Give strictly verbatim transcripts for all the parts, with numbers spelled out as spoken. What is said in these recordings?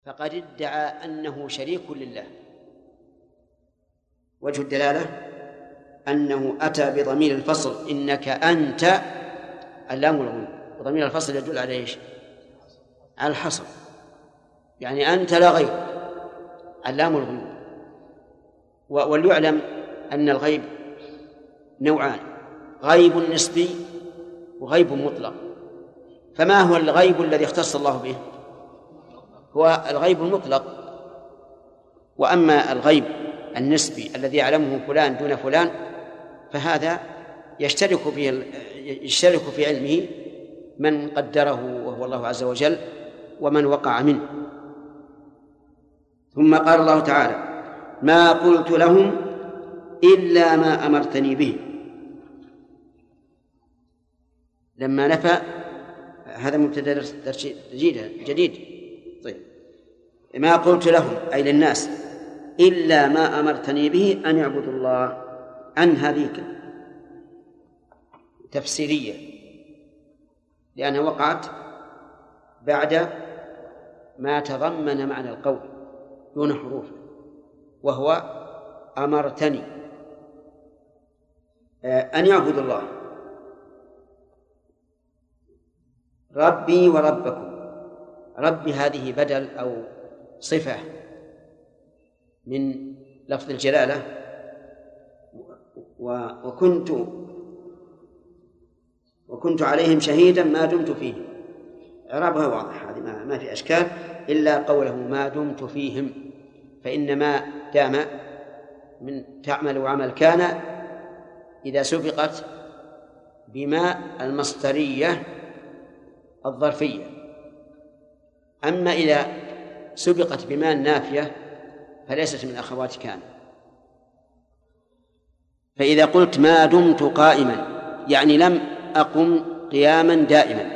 فقد ادعى أنه شريك لله. وجه الدلالة أنه أتى بضمير الفصل إنك أنت اللام الغنى، وضمير الفصل يدل على إيش؟ على الحصر، يعني أنت لا غير، اللام الغنى. وليعلم أن الغيب نوعان: غيب نسبي وغيب مطلق. فما هو الغيب الذي اختص الله به؟ هو الغيب المطلق. وأما الغيب النسبي الذي يعلمه فلان دون فلان فهذا يشترك في يشترك في علمه من قدره وهو الله عز وجل ومن وقع منه. ثم قال الله تعالى: ما قلت لهم إلا ما أمرتني به. لما نفى هذا مبتدأ جديد. طيب، ما قلت لهم أي للناس إلا ما أمرتني به أن يعبدوا الله. أن هذه تفسيرية لأنها وقعت بعد ما تضمن معنى القول دون حروف، وهو أمرتني أن يعبدوا الله ربي وربكم. ربي هذه بدل أو صفة من لفظ الجلالة، وكنت وكنت عليهم شهيدا ما دمت فيهم. إعرابها واضح، هذه ما في أشكال، إلا قوله ما دمت فيهم، فإن ما دام من تعمل وعمل كان إذا سبقت بما المصدرية الظرفية. أما إذا سبقت بما النافية فليست من أخوات كان. فإذا قلت ما دمت قائما يعني لم أقم قياما دائما،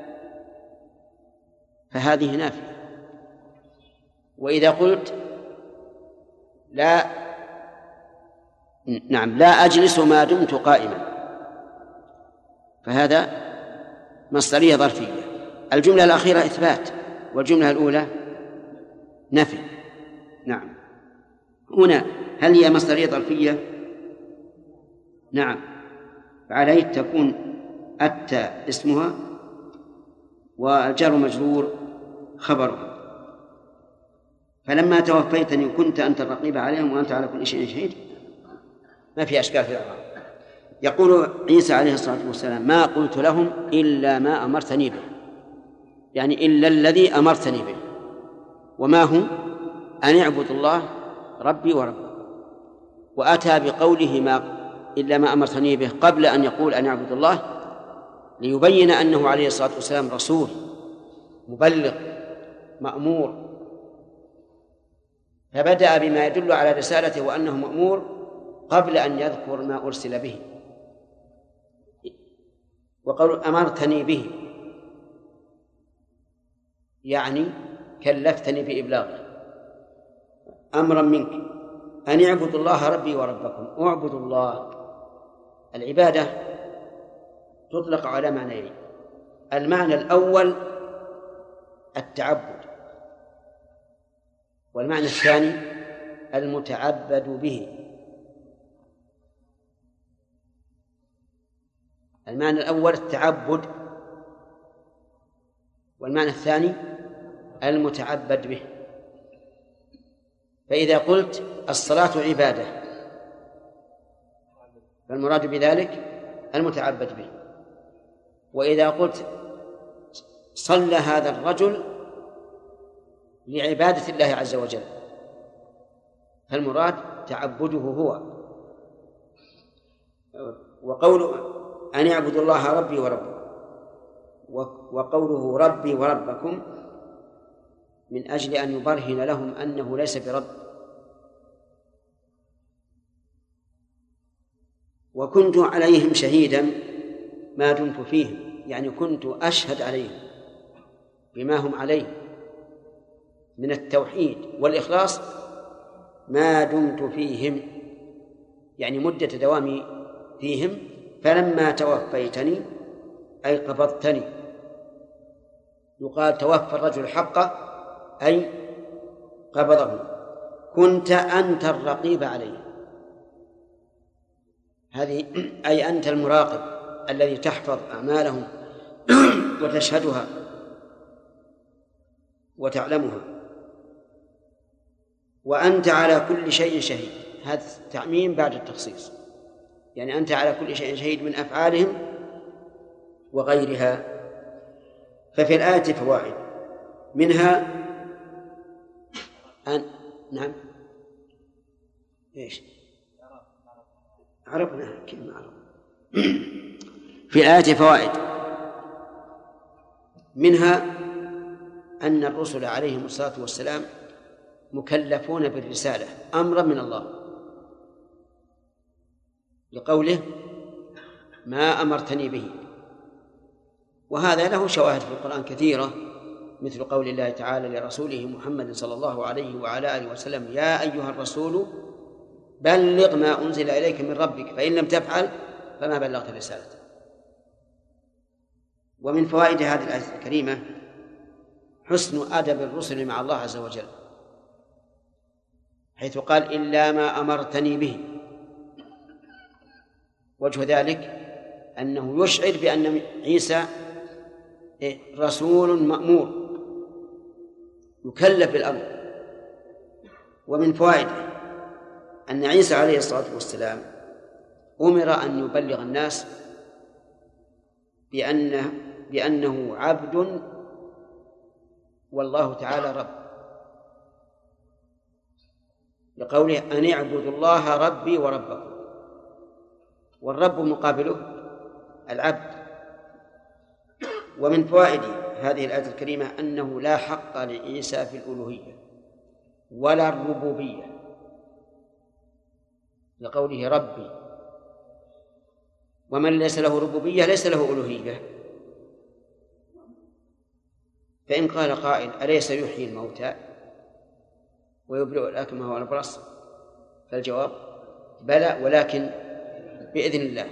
فهذه نافية. وإذا قلت لا نعم لا أجلس ما دمت قائما فهذا مصدرية ظرفية. الجملة الأخيرة إثبات والجملة الأولى نفي. نعم، هنا هل هي مصدرية ظرفية؟ نعم، فعليه تكون أتى اسمها والجار مجرور خبرها. فلما توفيتني كنت أنت الرقيب عليهم وأنت على كل شيء شهيد، ما في أشكال في الأمر. يقول عيسى عليه الصلاة والسلام: ما قلت لهم إلا ما أمرتني به، يعني إلا الذي أمرتني به. وما هو؟ أن يعبدوا الله ربي وربكم. وأتى بقوله ما إلا ما أمرتني به قبل أن يقول أن يعبدوا الله ليبين أنه عليه الصلاة والسلام رسول مبلغ مأمور، فبدأ بما يدل على رسالته وأنه مأمور قبل أن يذكر ما أرسل به. وقول أمرتني به يعني كلفتني بإبلاغه أمرا منك أن اعبدوا الله ربي وربكم. اعبدوا الله، العبادة تطلق على معنيين: المعنى الأول التعبد، والمعنى الثاني المتعبد به. المعنى الأول التعبد، والمعنى الثاني المتعبد به. فإذا قلت الصلاة عبادة فالمراد بذلك المتعبد به. وإذا قلت صلى هذا الرجل لعبادة الله عز وجل فالمراد تعبده هو. وقول أن يعبدوا الله ربي وربكم وقوله ربي وربكم من أجل أن يبرهن لهم أنه ليس برب. وكنت عليهم شهيدا ما دمت فيهم، يعني كنت أشهد عليهم بما هم عليه من التوحيد والإخلاص ما دمت فيهم، يعني مدة دوامي فيهم. فلما توفيتني أي قبضتني. يقال توفى الرجل حقه أي قبضه كنت أنت الرقيب عليه. هذه أي أنت المراقب الذي تحفظ أعمالهم وتشهدها وتعلمها، وأنت على كل شيء شهيد. هذا تعميم بعد التخصيص، يعني أنت على كل شيء شهيد من أفعالهم وغيرها. ففي الآية فوائد، منها أن نعم إيش عرفنا كلمة عرب. في الآية فوائد، منها أن الرسل عليهم الصلاة والسلام مكلفون بالرسالة أمرا من الله، لقوله ما أمرتني به، وهذا له شواهد في القرآن كثيرة، مثل قول الله تعالى لرسوله محمد صلى الله عليه وعلى آله وسلم يا أيها الرسول بلغ ما أنزل إليك من ربك فإن لم تفعل فما بلغت رسالته. ومن فوائد هذه الآية الكريمة حسن أدب الرسل مع الله عز وجل، حيث قال إلا ما أمرتني به. وجه ذلك أنه يشعر بأن عيسى رسول مأمور يكلف بالأمر. ومن فوائده أن عيسى عليه الصلاة والسلام أمر أن يبلغ الناس بأنه, بأنه عبد والله تعالى رب، لقوله أن اعبدوا الله ربي وربكم، والرب مقابله العبد. ومن فوائد هذه الآية الكريمة أنه لا حق لعيسى في الألوهية ولا الربوبية، لقوله ربي، ومن ليس له ربوبية ليس له ألوهية. فإن قال قائل أليس يحيي الموتى ويبرئ الأكمه والأبرص؟ فالجواب بلى، ولكن بإذن الله.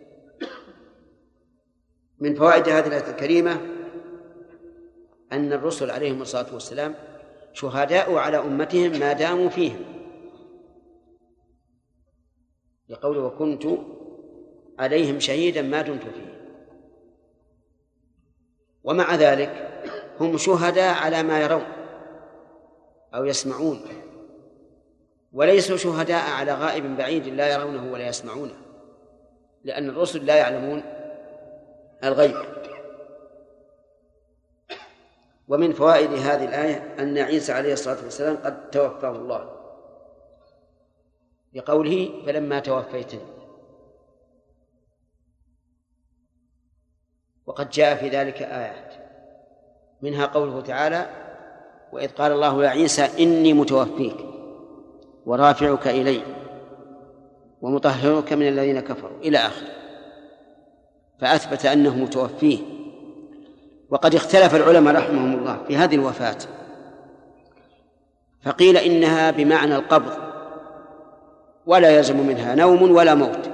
من فوائد هذه الآية الكريمة أن الرسل عليهم الصلاة والسلام شهداء على أمتهم ما داموا فيهم، لقوله وكنت عليهم شهيدا ما دمت فيه. ومع ذلك هم شهداء على ما يرون أو يسمعون، وليسوا شهداء على غائب بعيد لا يرونه ولا يسمعونه، لأن الرسل لا يعلمون الغيب. ومن فوائد هذه الآية أن عيسى عليه الصلاة والسلام قد توفاه الله، لقوله فلما توفيتني. وقد جاء في ذلك آيات، منها قوله تعالى وإذ قال الله يا عيسى إني متوفيك ورافعك إلي ومطهرك من الذين كفروا إلى آخر، فأثبت أنه متوفيه. وقد اختلف العلماء رحمهم الله في هذه الوفاة، فقيل إنها بمعنى القبض ولا يلزم منها نوم ولا موت،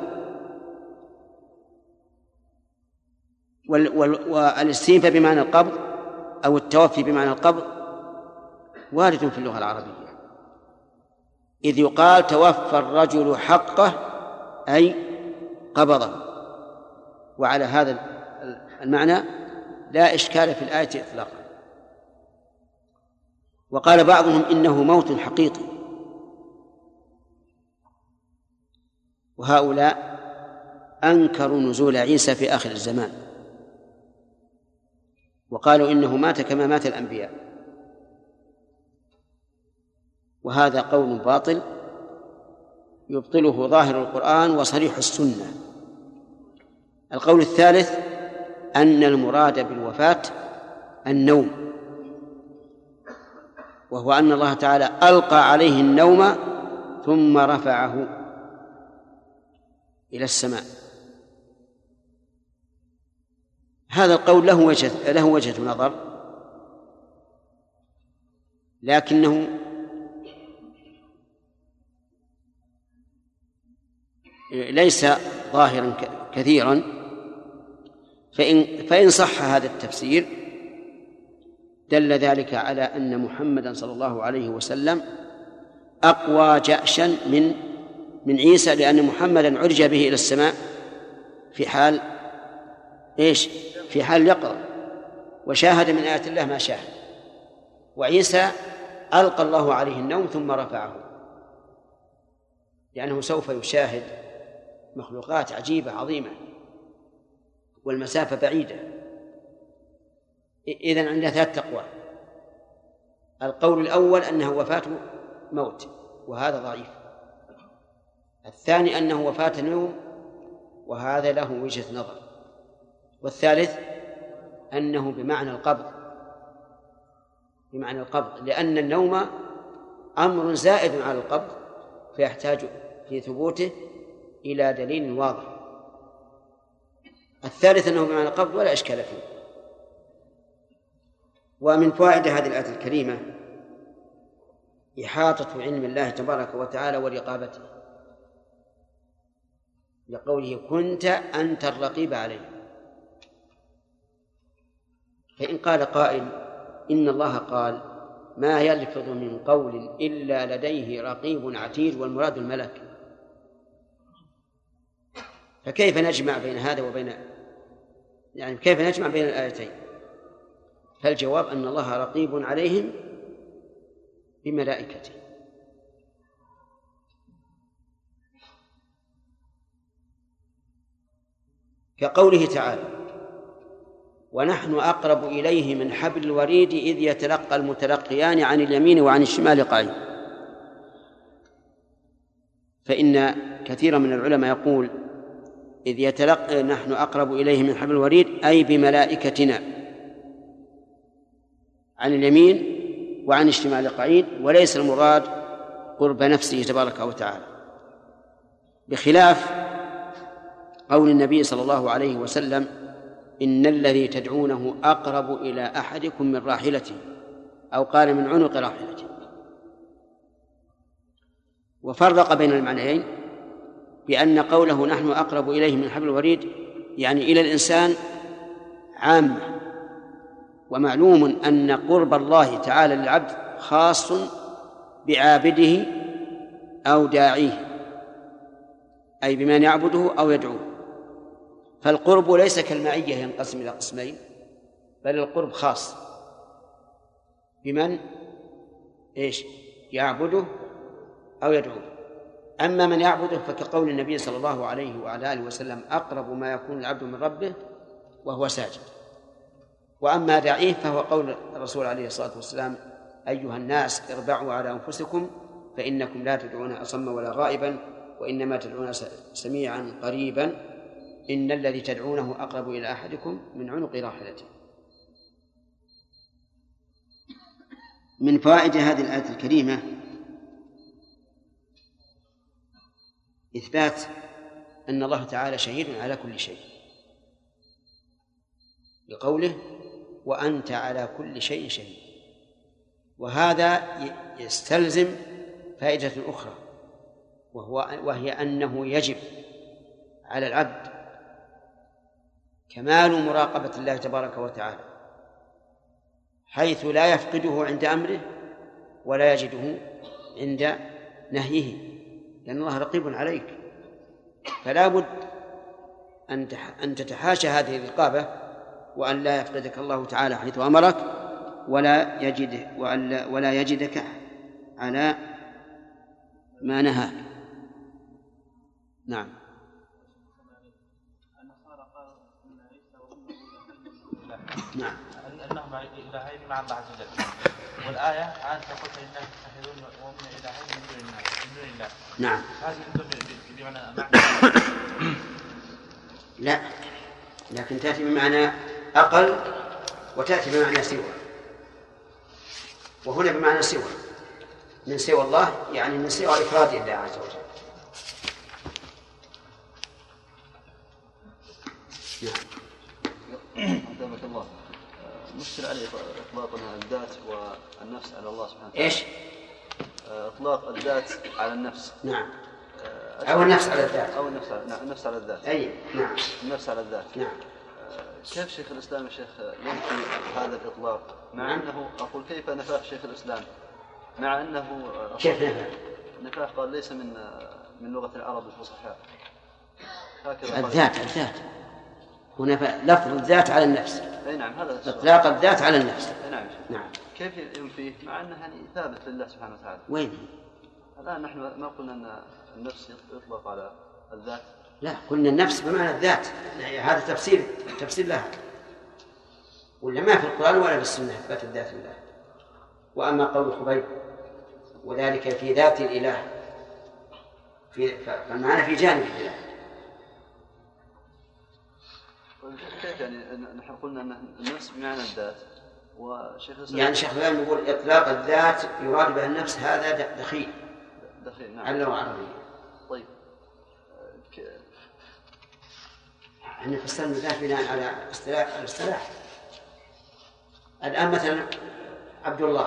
والاستيفاء بمعنى القبض أو التوفي بمعنى القبض وارد في اللغة العربية، إذ يقال توفى الرجل حقه أي قبضه، وعلى هذا المعنى لا إشكال في الآية إطلاقا. وقال بعضهم إنه موت حقيقي، وهؤلاء أنكروا نزول عيسى في آخر الزمان، وقالوا إنه مات كما مات الأنبياء، وهذا قول باطل يبطله ظاهر القرآن وصريح السنة. القول الثالث أن المراد بالوفاة النوم، وهو أن الله تعالى ألقى عليه النوم ثم رفعه إلى السماء. هذا القول له وجه له وجهة نظر، لكنه ليس ظاهرا كثيرا، فإن, فإن صح هذا التفسير دل ذلك على أن محمدا صلى الله عليه وسلم أقوى جأشا من من عيسى، لأن محمدا عرج به إلى السماء في حال إيش؟ في حال يقظة، وشاهد من آيات الله ما شاهد. وعيسى ألقى الله عليه النوم ثم رفعه، لأنه سوف يشاهد مخلوقات عجيبة عظيمة والمسافة بعيدة. إذن عندنا ثلاث أقوال. القول الأول أنه وفاة موت، وهذا ضعيف. الثاني أنه وفاة نوم، وهذا له وجهة نظر. والثالث أنه بمعنى القبض، بمعنى القبض، لأن النوم أمر زائد على القبض، فيحتاج في ثبوته إلى دليل واضح. الثالث أنه بمعنى القبض ولا إشكال فيه. ومن فوائد هذه الآية الكريمة إحاطة علم الله تبارك وتعالى ورقابته، لقوله كنت أنت الرقيب عليه. فإن قال قائل إن الله قال ما يلفظ من قول إلا لديه رقيب عتيد، والمراد الملك، فكيف نجمع بين هذا وبين يعني كيف نجمع بين الآيتين؟ فالجواب أن الله رقيب عليهم بملائكته. كقوله تعالى ونحن أقرب إليه من حبل الوريد إذ يتلقى المتلقيان عن اليمين وعن الشمال قعيد. فإن كثيرا من العلماء يقول إذ يتلقى نحن أقرب إليه من حبل الوريد أي بملائكتنا عن اليمين وعن الشمال قعيد، وليس المراد قرب نفسه تبارك وتعالى، بخلاف قول النبي صلى الله عليه وسلم إن الذي تدعونه أقرب إلى أحدكم من راحلته، أو قال من عنق راحلته. وفرق بين المعنيين بأن قوله نحن أقرب إليه من حبل الوريد يعني إلى الإنسان عامة، ومعلوم أن قرب الله تعالى للعبد خاص بعابده أو داعيه، أي بمن يعبده أو يدعوه. فالقرب ليس كالمعية ينقسم إلى قسمين، بل القرب خاص بمن إيش يعبده أو يدعوه. أما من يعبده فكقول النبي صلى الله عليه وعلى آله وسلم أقرب ما يكون العبد من ربه وهو ساجد. وأما داعيه فهو قول الرسول عليه الصلاة والسلام أيها الناس اربعوا على أنفسكم فإنكم لا تدعون أصم ولا غائبا وإنما تدعون سميعا قريبا إن الذي تدعونه أقرب إلى أحدكم من عنق راحلته. من فوائد هذه الآية الكريمة إثبات أن الله تعالى شهيد على كل شيء، بقوله وأنت على كل شيء شهيد. وهذا يستلزم فائدة أخرى، وهو وهي أنه يجب على العبد كمال مراقبة الله تبارك وتعالى، حيث لا يفقده عند أمره ولا يجده عند نهيه، لأن الله رقيب عليك. فلا بد أن تتحاشى هذه الرقابة، وأن لا يفقدك الله تعالى حيث أمرك ولا يجد ولا يجدك على ما نهاك. نعم. نعم. أنهما إلهين مع الله عز وجل، والآية أنت قلت إنك تتخذون ومن إلهين من دون الله من دون الله. نعم. هذه بمعنى معنى لا، لكن تأتي بمعنى أقل وتأتي بمعنى سوى، وهنا بمعنى سوى من سوى الله، يعني من سوى إفراد الله عز وجل. نعم. أدامك الله. مشكل عليه إطلاق الذات والنفس على الله سبحانه وتعالى. إيش؟ إطلاق الذات على النفس. نعم. أو النفس على الذات. أو النفس على نعم النفس على الذات. أي نعم. النفس على الذات. نعم. كيف شيخ الإسلام يا شيخ ينفي هذا الإطلاق مع أنه أقول كيف نفاه شيخ الإسلام مع أنه كيف نفاه؟ نفاه قال ليس من من لغة العرب الفصحاء. الذات الذات هنا لفظ الذات على النفس. أي نعم هذا إطلاق الذات على النفس. أي نعم. نعم. كيف ينفيه مع أنه يعني ثابت لله سبحانه وتعالى؟ وين؟ الآن نحن ما قلنا أن النفس يطلق على الذات. لا قلنا النفس بمعنى الذات، هذا تفسير تفسير لها، ولا ما في القرآن ولا في السنة إثبات الذات لله. وأما قول خبيب وذلك في ذات الإله في فالمعنى في جانب الإله. كيف يعني نحن قلنا أن النفس بمعنى الذات وشيخ يعني شيخ الإسلام يقول إطلاق الذات يراد به النفس هذا دخيل دخيل نعم على اللغة العربية. طيب احنا فسرنا الذات بناء على اصطلاح الاصطلاح. الآن مثلا عبد الله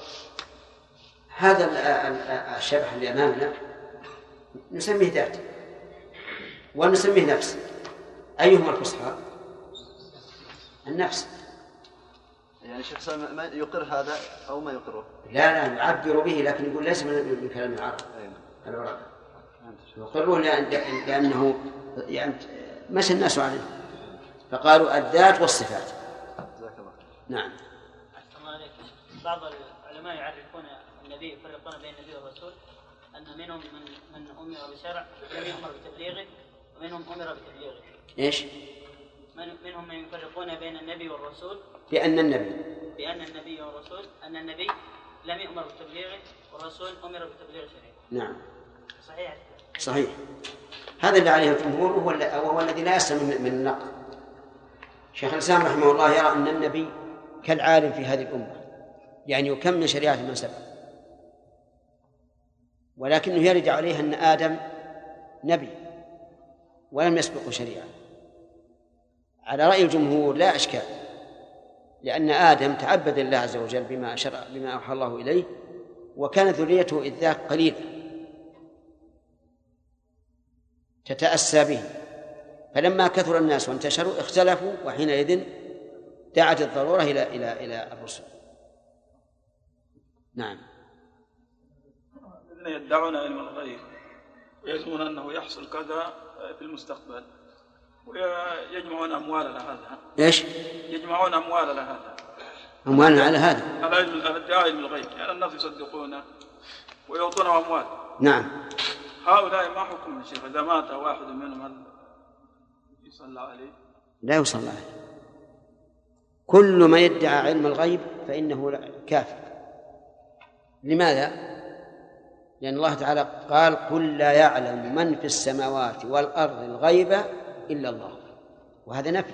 هذا الشبح اللي أمامنا نسميه ذات ونسميه نفس، أيهما الفصحى؟ النفس. يعني شيخ سلام ما يقر هذا أو ما يقره؟ لا لا نعبر به لكن يقول ليس من كلام العرب. العرب يقرون لأنه يعني مشى الناس عليه فقالوا الذات والصفات. نعم. بعض العلماء يعرفون النبي يفرقون بين النبي والرسول أن منهم من من أمر بشرع لم يؤمر بتبليغه ومنهم أمر بتبليغه. إيش؟ من منهم من يفرقون بين النبي والرسول بأن النبي بأن النبي والرسول أن النبي لم يؤمر بتبليغه والرسول أمر بتبليغ شرعه. نعم. صحيح. صحيح. هذا اللي عليه الجمهور وهو, وهو الذي لا يسلم من النقد. شيخ الإسلام رحمه الله يرى أن النبي كالعالم في هذه الأمة، يعني يكمل شريعة من سبق، ولكنه يرد عليه أن آدم نبي ولم يسبقه شريعة. على رأي الجمهور لا إشكال، لأن آدم تعبد الله عز وجل بما شرع بما أوحى الله إليه، وكانت ذريته إذ ذاك قليلة تتأسى به، فلما كثر الناس وانتشروا اختلفوا، وحينئذ دعت الضرورة إلى إلى إلى الرسل. نعم. الذين يدعون علم الغيب ويزعمون أنه يحصل كذا في المستقبل ويجمعون أموال على هذا. إيش؟ يجمعون أموال على هذا. أموال على هذا؟ على ادعاء علم الغيب، يعني الناس يصدقونه ويعطونه أموال. نعم. هؤلاء ما حكم الشيخ إذا مات واحد منهم هل يصلى عليه؟ لا يصلى عليه. كل ما يدعى علم الغيب فإنه كافر. لماذا؟ لأن الله تعالى قال قل لا يعلم من في السماوات والأرض الغيب إلا الله، وهذا نفي،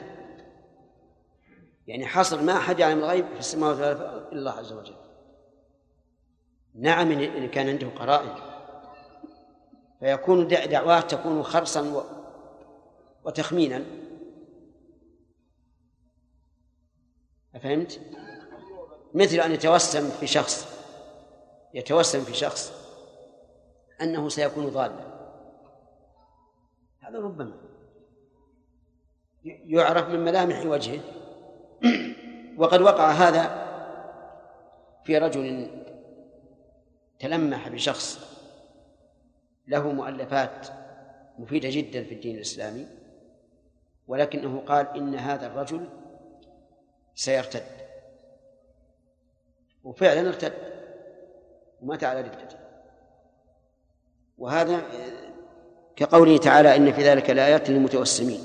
يعني حصر ما أحد يعلم الغيب في السماوات والأرض إلا الله عز وجل. نعم إن كان عنده قرائن، فيكون دعوات تكون خرصا وتخمينا. أفهمت؟ مثل أن يتوسم في شخص يتوسم في شخص أنه سيكون ضالا، هذا ربما يعرف من ملامح وجهه. وقد وقع هذا في رجل تلمح بشخص له مؤلفات مفيدة جدا في الدين الإسلامي، ولكنه قال إن هذا الرجل سيرتد، وفعلا ارتد ومات على ردته. وهذا كقوله تعالى إن في ذلك لآيات للمتوسمين.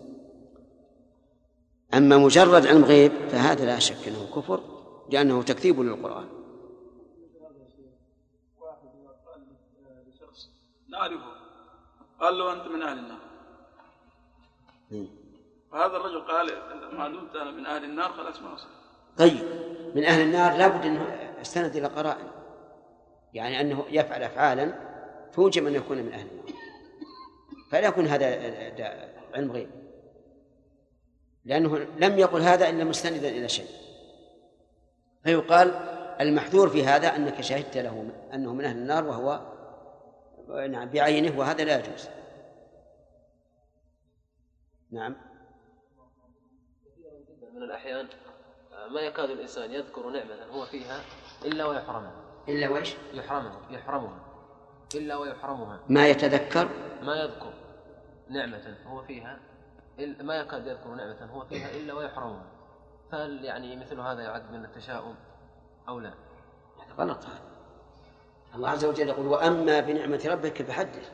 أما مجرد علم غيب فهذا لا شك أنه كفر، لأنه تكذيب للقرآن. واحد قال لشخص نعرفه قال له أنت من أهل النار، فهذا الرجل قال ما دمت أنا من أهل النار خلاص ما أصل. طيب من أهل النار لابد أنه استند إلى قرائن، يعني أنه يفعل أفعالا توجب أن يكون من أهل النار، فلا يكون هذا علم غيب، لأنه لم يقل هذا إلا مستندا إلى شيء. فيقال المحذور في هذا أنك شهدت له أنه من أهل النار وهو نعم بعينه، وهذا لا يجوز. نعم. من الأحيان ما يكاد الإنسان يذكر نعمة هو فيها إلا ويحرمها. إلا وإيش؟ يحرمها يحرمها إلا ويحرمها. ما يتذكر ما يذكر نعمة هو فيها ما يكاد يذكر نعمة هو فيها إلا ويحرمها. فهل يعني مثل هذا يعد من التشاؤم أو لا؟ غلط هذا. الله عز وجل يقول وأما بنعمة ربك فحدث.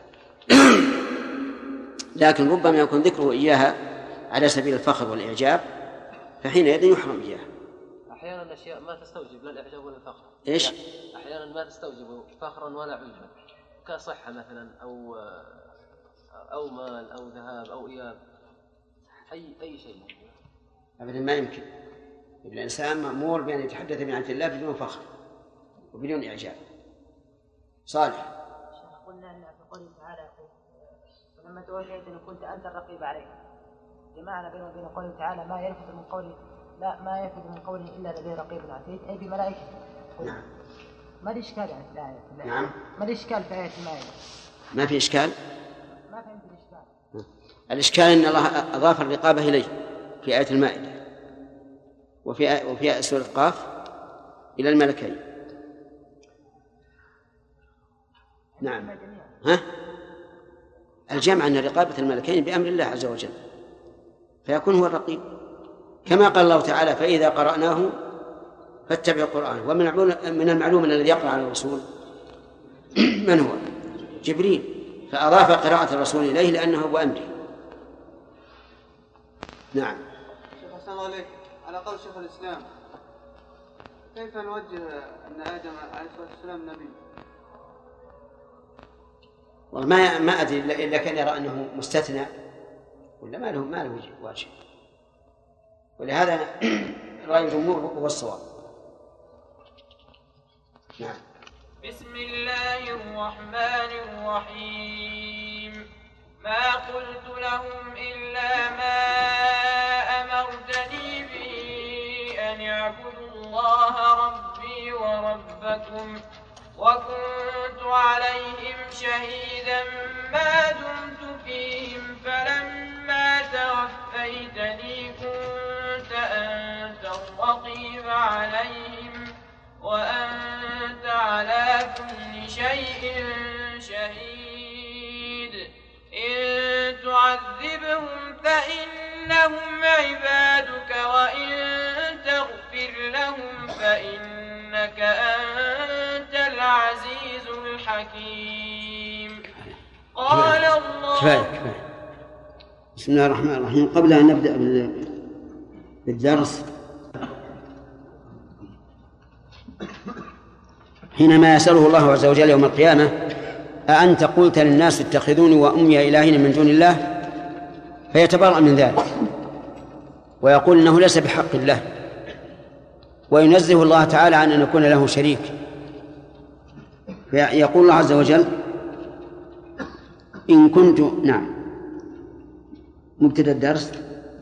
لكن ربما يكون ذكره إياها على سبيل الفخر والإعجاب فحينئذ يحرم إياها. أحيانا أشياء ما تستوجب لا الإعجاب ولا الفخر. إيش؟ أحيانا ما تستوجب فخرا ولا عجبا كصحة مثلا أو أو مال أو ذهاب أو إياب أي أي شيء. أبدا ما يمكن. الإنسان مأمور بأن يتحدث بنعمة الله بدون فخر وبدون إعجاب. صالح. قلنا أن في قوله تعالى ولما توليت أن كنت أنت الرقيب عليه. جمعنا بين وبين قوله تعالى ما يلفظ من قوله لا ما يلفظ من قوله إلا لديه رقيب عتيد أي بملائكته. نعم. ما الإشكال يعني في الآية؟ نعم. ما الإشكال في آية المائدة؟ ما في إشكال؟ ما فهمت الإشكال. الإشكال أن الله أضاف الرقابة إليه في آية المائدة وفي وفي سورة قاف إلى الملكين. نعم. ها؟ الجمع أن رقابة الملكين بأمر الله عز وجل فيكون هو الرقيب كما قال الله تعالى فإذا قرأناه فاتبع القرآن. ومن من المعلوم أن الذي يقرأ على الرسول من هو؟ جبريل فأضاف قراءة الرسول إليه لأنه هو أمره. نعم. شيخ حسن الله عليك على قول شيخ الإسلام كيف نوجه أن آدم عليه الصلاة والسلام نبي؟ والله ما ما أدري إلا كان يرى أنه مستثنى ولا ما له ما له وجه ولهذا رأي الجمهور هو الصواب. نعم. بسم الله الرحمن الرحيم ما قلت لهم إلا ما أمرتني به أن اعبدوا الله ربي وربكم وكنت عليهم شهيدا ما دمت فيهم فلما توفيتني كنت أنت الرقيب عليهم وأنت على كل شيء شهيد إن تعذبهم فإنهم عبادك وإن تغفر لهم فإنك أنت العزيز الحكيم. قال الله كفاية كفاية. بسم الله الرحمن الرحيم. قبل أن نبدأ بالدرس حينما يسأله الله عز وجل يوم القيامة أأنت قلت للناس اتخذوني وأمي إلهين من دون الله فيتبرأ من ذلك ويقول إنه ليس بحق الله وينزه الله تعالى عن أن يكون له شريك. يقول الله عز وجل إن كنت نعم مبتدأ الدرس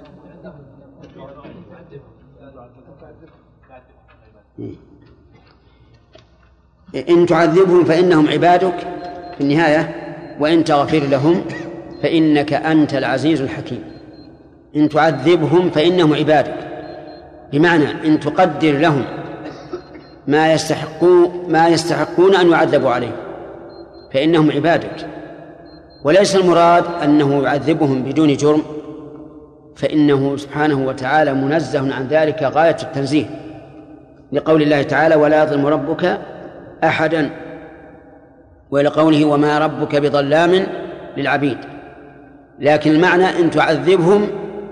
إن تعذبهم فإنهم عبادك في النهاية وإن تغفر لهم فإنك أنت العزيز الحكيم. إن تعذبهم فإنهم عبادك بمعنى إن تقدر لهم ما يستحقون ما يستحقون أن يعذبوا عليه فإنهم عبادك وليس المراد أنه يعذبهم بدون جرم فإنه سبحانه وتعالى منزه عن ذلك غاية التنزيه لقول الله تعالى ولا يظلم ربك أحدا ولقوله وما ربك بظلام للعبيد. لكن المعنى إن تعذبهم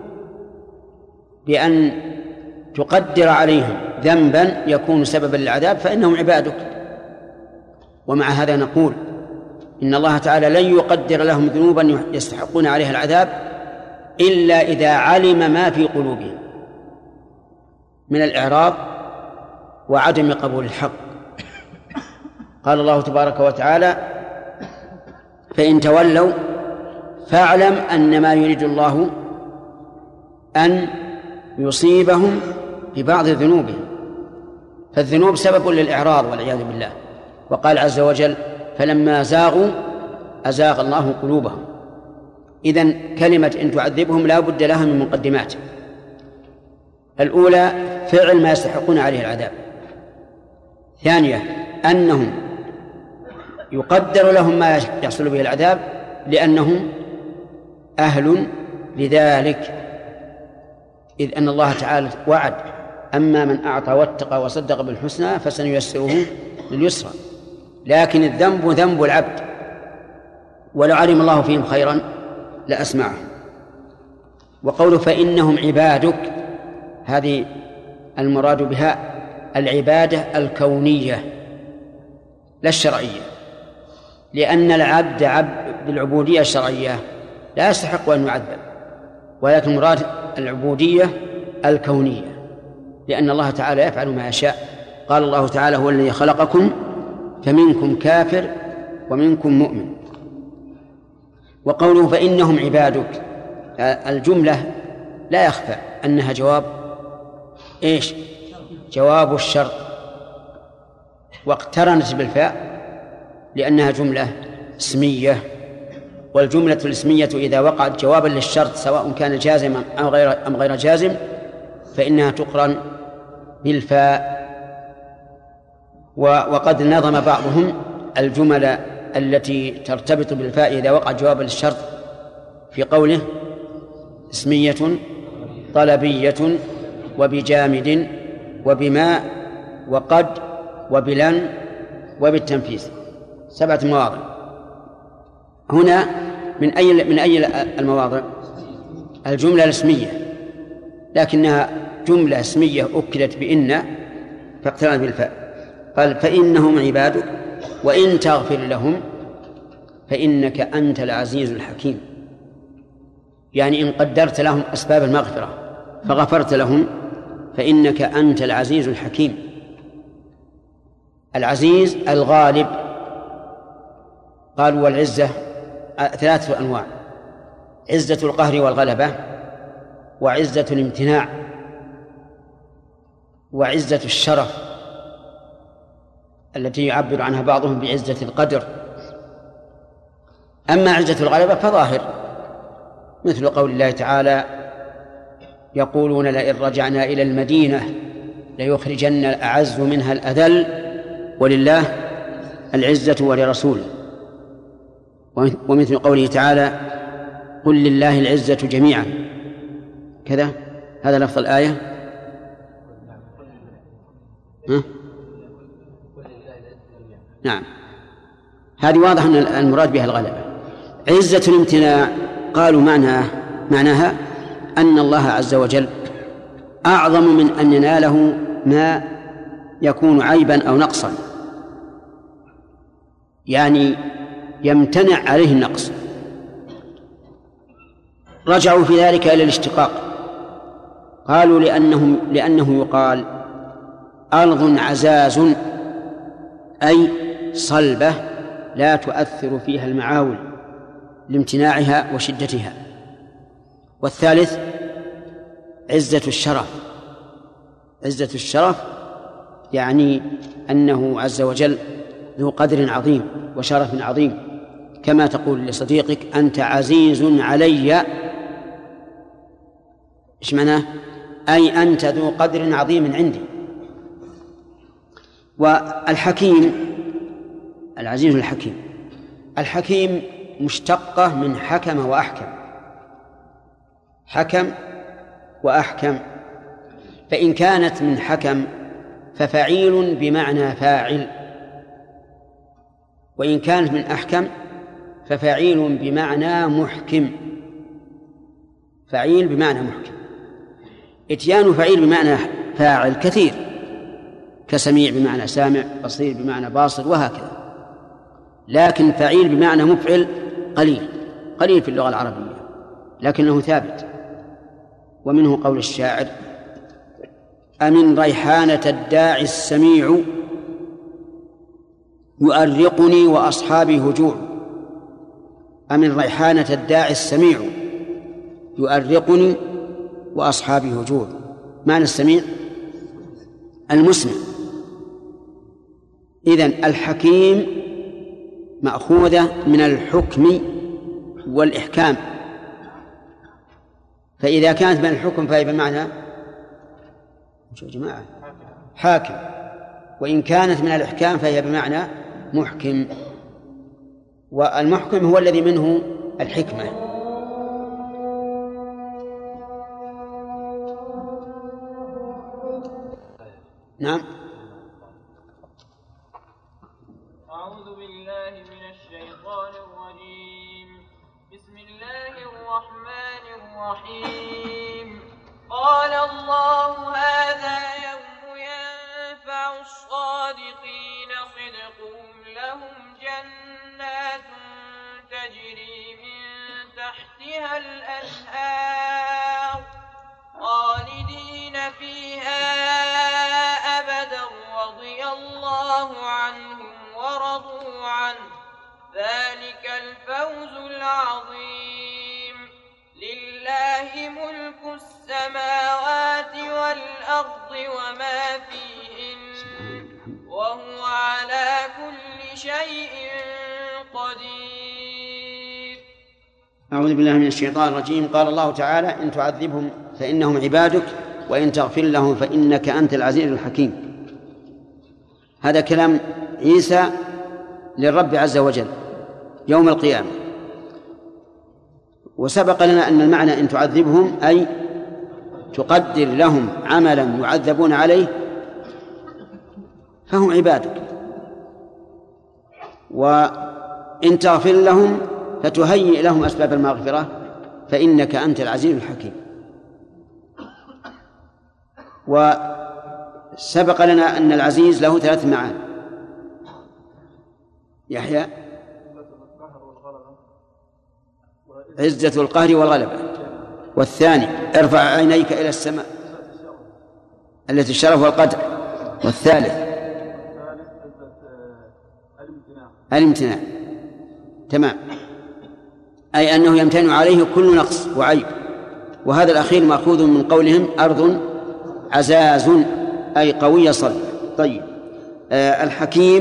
بأن تقدر عليهم ذنبا يكون سببا للعذاب فإنهم عبادك. ومع هذا نقول إن الله تعالى لن يقدر لهم ذنوبا يستحقون عليها العذاب إلا إذا علم ما في قلوبهم من الإعراض وعدم قبول الحق. قال الله تبارك وتعالى فإن تولوا فاعلم أن ما يريد الله أن يصيبهم ببعض ذنوبهم فالذنوب سبب للإعراض والعياذ بالله. وقال عز وجل فلما زاغوا أزاغ الله قلوبهم. إذن كلمة إن تعذبهم لا بد لها من مقدمات. الأولى فعل ما يستحقون عليه العذاب. ثانية أنهم يقدر لهم ما يحصل به العذاب لأنهم أهل لذلك، إذ أن الله تعالى وعد: أما من أعطى واتقى وصدق بالحسنى فسنيسره لليسرى. لكن الذنب ذنب العبد، ولو علم الله فيهم خيرا لأسمعهم. وقوله فإنهم عبادك، هذه المراد بها العبادة الكونية لا الشرعية، لأن العبد عبد بالعبودية الشرعية لا يستحق أن يعذب، ولكن مراد العبودية الكونية، لأن الله تعالى يفعل ما يشاء. قال الله تعالى: هو الذي خلقكم فمنكم كافر ومنكم مؤمن. وقوله فإنهم عبادك، الجملة لا يخفى أنها جواب إيش؟ جواب الشرط، واقترنت بالفاء لأنها جملة اسمية، والجملة الاسمية إذا وقعت جوابا للشرط سواء كان جازما أو غير أم غير جازم فإنها تقرن بالفاء. وقد نظم بعضهم الجمل التي ترتبط بالفاء إذا وقع جوابا للشرط في قوله: اسمية طلبية وبجامد وبماء وقد وبلن وبالتنفيذ، سبعة مواضع. هنا من أي من أي المواضع؟ الجملة الاسمية، لكنها جملة اسمية أكدت بإن فاقترنت بالفاء. قال: فإنهم عبادك وإن تغفر لهم فإنك أنت العزيز الحكيم. يعني إن قدرت لهم أسباب المغفرة فغفرت لهم فإنك أنت العزيز الحكيم. العزيز الغالب. قالوا: والعزة ثلاثة أنواع: عزة القهر والغلبة، وعزة الامتناع، وعزة الشرف التي يعبر عنها بعضهم بعزة القدر. أما عزة الغلبة فظاهر، مثل قول الله تعالى: يقولون لئن رجعنا إلى المدينة ليخرجن الأعز منها الأذل ولله العزة ولرسوله. ومثل قوله تعالى: قل لله العزة جميعا، كذا. هذا لفظ الآية. ها؟ نعم، هذه واضح أن المراد بها الغلبة. عزة الامتناع قالوا معناها معناها أن الله عز وجل أعظم من أن يناله ما يكون عيبا أو نقصا، يعني يمتنع عليه النقص. رجعوا في ذلك إلى الاشتقاق، قالوا لأنهم لأنه يقال أرض عزاز أي صلبة لا تؤثر فيها المعاول لامتناعها وشدتها. والثالث عزة الشرف. عزة الشرف يعني أنه عز وجل ذو قدر عظيم وشرف عظيم، كما تقول لصديقك: أنت عزيز علي. إيش معناه؟ أي أنت ذو قدر عظيم عندي. والحكيم، العزيز الحكيم، الحكيم مشتقة من حكم وأحكم، حكم وأحكم. فإن كانت من حكم ففعيل بمعنى فاعل، وإن كانت من أحكم ففعيل بمعنى محكم. فعيل بمعنى محكم. إتيان فعيل بمعنى فاعل كثير، كسميع بمعنى سامع، بصير بمعنى باصر، وهكذا. لكن فعيل بمعنى مفعل قليل قليل في اللغة العربية، لكنه ثابت. ومنه قول الشاعر: أمن ريحانة الداعي السميع يؤرقني وأصحابي هجوع. أمن ريحانة الداعي السميع يؤرقني وأصحابي هجوع. معنى السميع المسمع. إذن الحكيم مأخوذة من الحكم والإحكام، فإذا كانت من الحكم فهي بمعنى يا جماعة حاكم، وإن كانت من الإحكام فهي بمعنى محكم، والمحكم هو الذي منه الحكمة. نعم. أعوذ بالله من الشيطان الرجيم. بسم الله الرحمن الرحيم. قال الله هذا يوم ينفع الصادقين صدقهم لهم جنات تجري من تحتها الأنهار خالدين فيها أبدا رضي الله عنهم ورضوا عنه ذلك الفوز العظيم. لله ملك السماوات والأرض وما فيهن وهو على كل شيء قدير. أعوذ بالله من الشيطان الرجيم. قال الله تعالى: إن تعذبهم فإنهم عبادك وإن تغفر لهم فإنك أنت العزيز الحكيم. هذا كلام عيسى للرب عز وجل يوم القيامة. وسبق لنا أن المعنى إن تعذبهم أي تقدر لهم عملا يعذبون عليه فهم عبادك، وإن تغفر لهم فتهيئ لهم أسباب المغفرة فإنك أنت العزيز الحكيم. وسبق لنا أن العزيز له ثلاث معاني. يحيى: عزة القهر والغلبة. والثاني: ارفع عينيك إلى السماء التي الشرف والقدر. والثالث: الامتناع. تمام، أي أنه يمتنع عليه كل نقص وعيب. وهذا الأخير مأخوذ من قولهم أرض عزاز أي قوية صلبة. طيب، آه الحكيم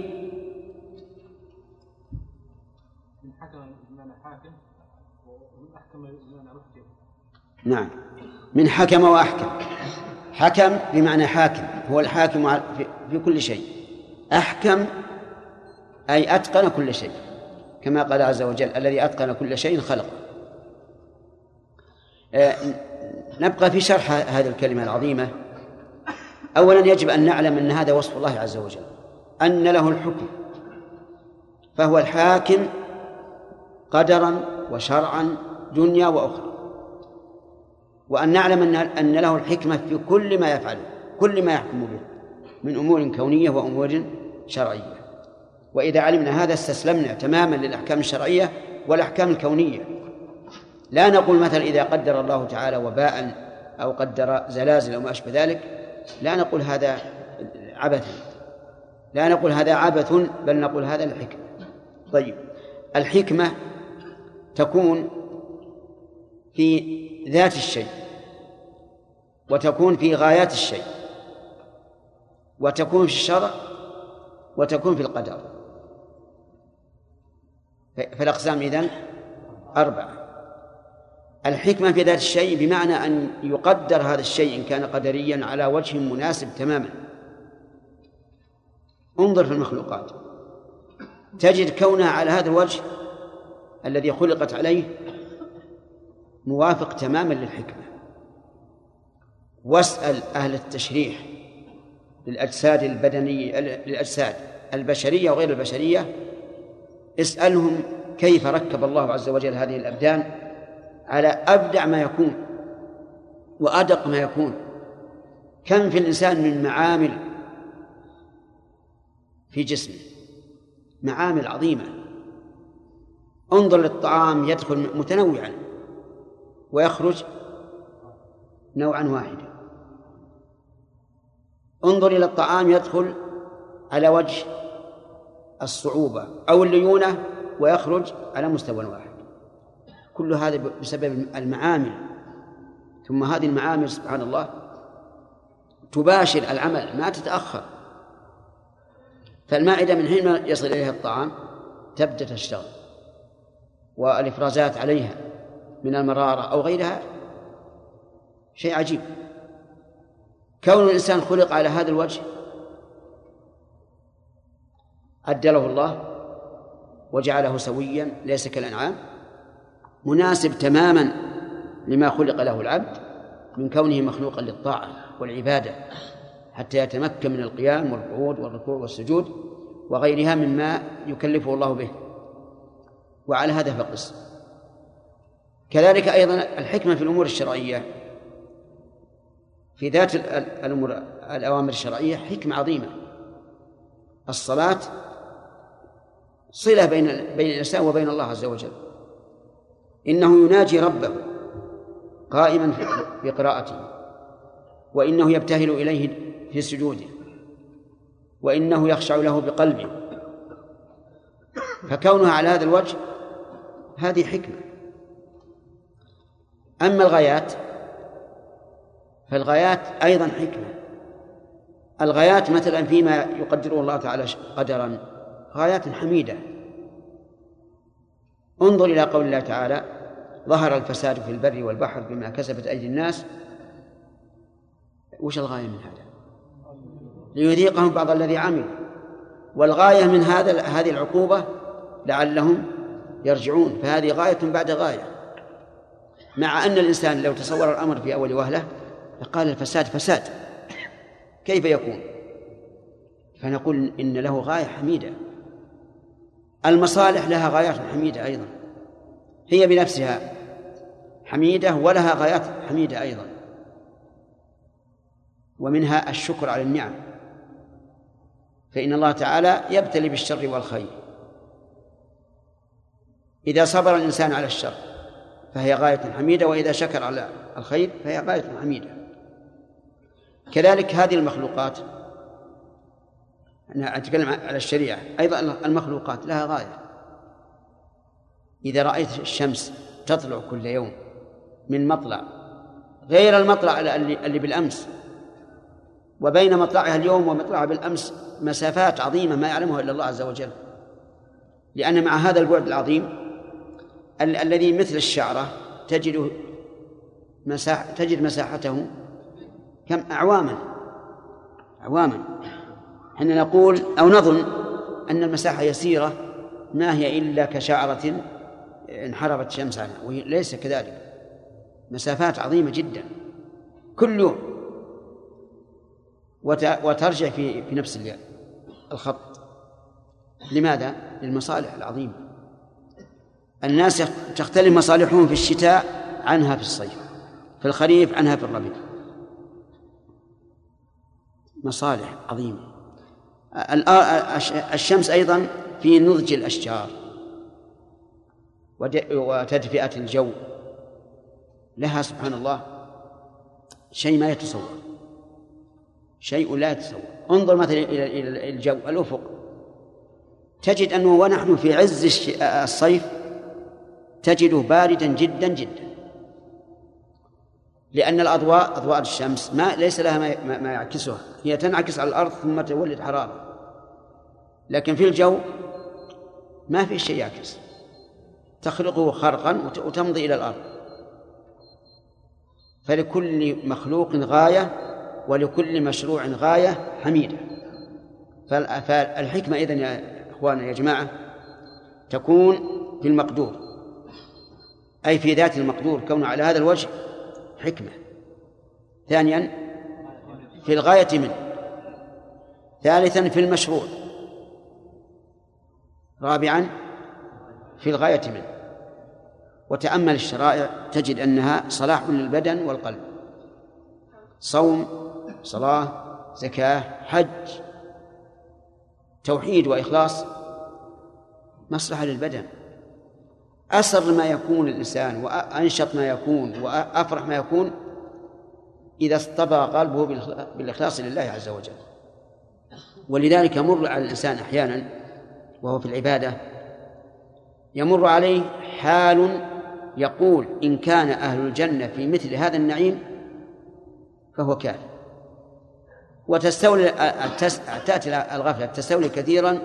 من حكم بمعنى حاكم، ومن أحكم بمعنى محكم. نعم، من حكم وأحكم. حكم بمعنى حاكم، هو الحاكم في كل شيء. أحكم أي أتقن كل شيء، كما قال عز وجل: الذي أتقن كل شيء خلقه. آه نبقى في شرح هذه الكلمة العظيمة. أولا يجب أن نعلم أن هذا وصف الله عز وجل، أن له الحكم، فهو الحاكم قدرا وشرعا دنيا وأخرى. وأن نعلم أن أن له الحكمة في كل ما يفعله، كل ما يحكم به من أمور كونية وأمور شرعية. وإذا علمنا هذا استسلمنا تماما للأحكام الشرعية والأحكام الكونية. لا نقول مثلا إذا قدر الله تعالى وباء أو قدر زلازل أو ما أشبه ذلك، لا نقول هذا عبث، لا نقول هذا عبث، بل نقول هذا الحكمة. طيب، الحكمة تكون في ذات الشيء، وتكون في غايات الشيء، وتكون في الشرع، وتكون في القدر. فالأقسام إذن أربعة. الحكمة في ذات الشيء بمعنى أن يقدر هذا الشيء إن كان قدريا على وجه مناسب تماما. انظر في المخلوقات تجد كونها على هذا الوجه الذي خلقت عليه موافق تماما للحكمة. واسأل أهل التشريح للأجساد البدنية، للأجساد البشرية وغير البشرية، اسألهم كيف ركب الله عز وجل هذه الأبدان على أبدع ما يكون وأدق ما يكون. كم في الإنسان من معامل في جسمه، معامل عظيمة. انظر للطعام، يدخل متنوعا ويخرج نوعا واحدا. انظر إلى الطعام يدخل على وجه الصعوبة أو الليونة ويخرج على مستوى واحد. كل هذا بسبب المعامل. ثم هذه المعامل سبحان الله تباشر العمل ما تتأخر. فالمائدة من حين يصل إليها الطعام تبدأ تشتغل، والإفرازات عليها من المرارة أو غيرها شيء عجيب. كون الإنسان خلق على هذا الوجه عدله الله وجعله سويا ليس كالأنعام، مناسب تماما لما خلق له العبد من كونه مخلوقا للطاعة والعبادة حتى يتمكن من القيام والقعود والركوع والسجود وغيرها مما يكلفه الله به. وعلى هذا فقس. كذلك أيضا الحكمة في الأمور الشرعية في ذات الأمور الأوامر الشرعية حكمة عظيمة. الصلاة صلة بين بين الإنسان وبين الله عز وجل، إنه يناجي ربه قائما في قراءته، وإنه يبتهل إليه في سجوده، وإنه يخشع له بقلبه، فكونها على هذا الوجه هذه حكمة. أما الغايات فالغايات أيضا حكمة. الغايات مثلا فيما يقدره الله تعالى قدرا غايات حميدة. انظر إلى قول الله تعالى: ظهر الفساد في البر والبحر بما كسبت أيدي الناس. وش الغاية من هذا؟ ليذيقهم بعض الذي عملوا. والغاية من هذا هذه العقوبة لعلهم يرجعون، فهذه غاية بعد غاية. مع أن الإنسان لو تصور الأمر في أول وهلة فقال الفساد فساد كيف يكون؟ فنقول إن له غاية حميدة. المصالح لها غايات حميدة أيضا، هي بنفسها حميدة ولها غايات حميدة أيضا، ومنها الشكر على النعم، فإن الله تعالى يبتلي بالشر والخير. إذا صبر الإنسان على الشر فهي غاية حميدة، وإذا شكر على الخير فهي غاية حميدة. كذلك هذه المخلوقات، أنا أتكلم على الشريعة أيضا، المخلوقات لها غاية. إذا رأيت الشمس تطلع كل يوم من مطلع غير المطلع اللي بالأمس، وبين مطلعها اليوم ومطلعها بالأمس مسافات عظيمة ما يعلمها إلا الله عز وجل، لأن مع هذا البعد العظيم ال- الذي مثل الشعرة تجد مساح تجد مساحته كم أعواما أعواما حين نقول أو نظن أن المساحة يسيرة ما هي إلا كشعرة انحرفت شمس عنها، وليس كذلك، مسافات عظيمة جدا كل يوم وترجع في في نفس الخط. لماذا؟ للمصالح العظيمة. الناس تختلف مصالحهم في الشتاء عنها في الصيف، في الخريف عنها في الربيع، مصالح عظيمة. الشمس أيضا في نضج الأشجار وتدفئة الجو، لها سبحان الله شيء ما يتصور، شيء لا يتصور. انظر مثلا إلى الجو، الأفق، تجد أنه ونحن في عز الصيف تجده باردا جدا جدا، لأن الأضواء أضواء الشمس ما ليس لها ما, ما يعكسها، هي تنعكس على الأرض ثم تولد حرارة، لكن في الجو ما في شيء يعكس، تخلقه خرقا وتمضي إلى الأرض. فلكل مخلوق غاية ولكل مشروع غاية حميدة. فالحكمة إذن يا إخواننا يا جماعة تكون في المقدور، أي في ذات المقدور، كونه على هذا الوجه حكمة. ثانيا في الغاية منه. ثالثا في المشروع. رابعا في الغاية منه. وتأمل الشرائع تجد أنها صلاح للبدن والقلب، صوم، صلاة، زكاة، حج، توحيد وإخلاص، مصلحة للبدن. أسر ما يكون الإنسان وأنشط ما يكون وأفرح ما يكون إذا اصطبغ قلبه بالإخلاص لله عز وجل. ولذلك يمر على الإنسان أحيانا وهو في العبادة يمر عليه حال يقول إن كان أهل الجنة في مثل هذا النعيم فهو كافر، وتستولي تأتي الغفلة تستولي كثيرا،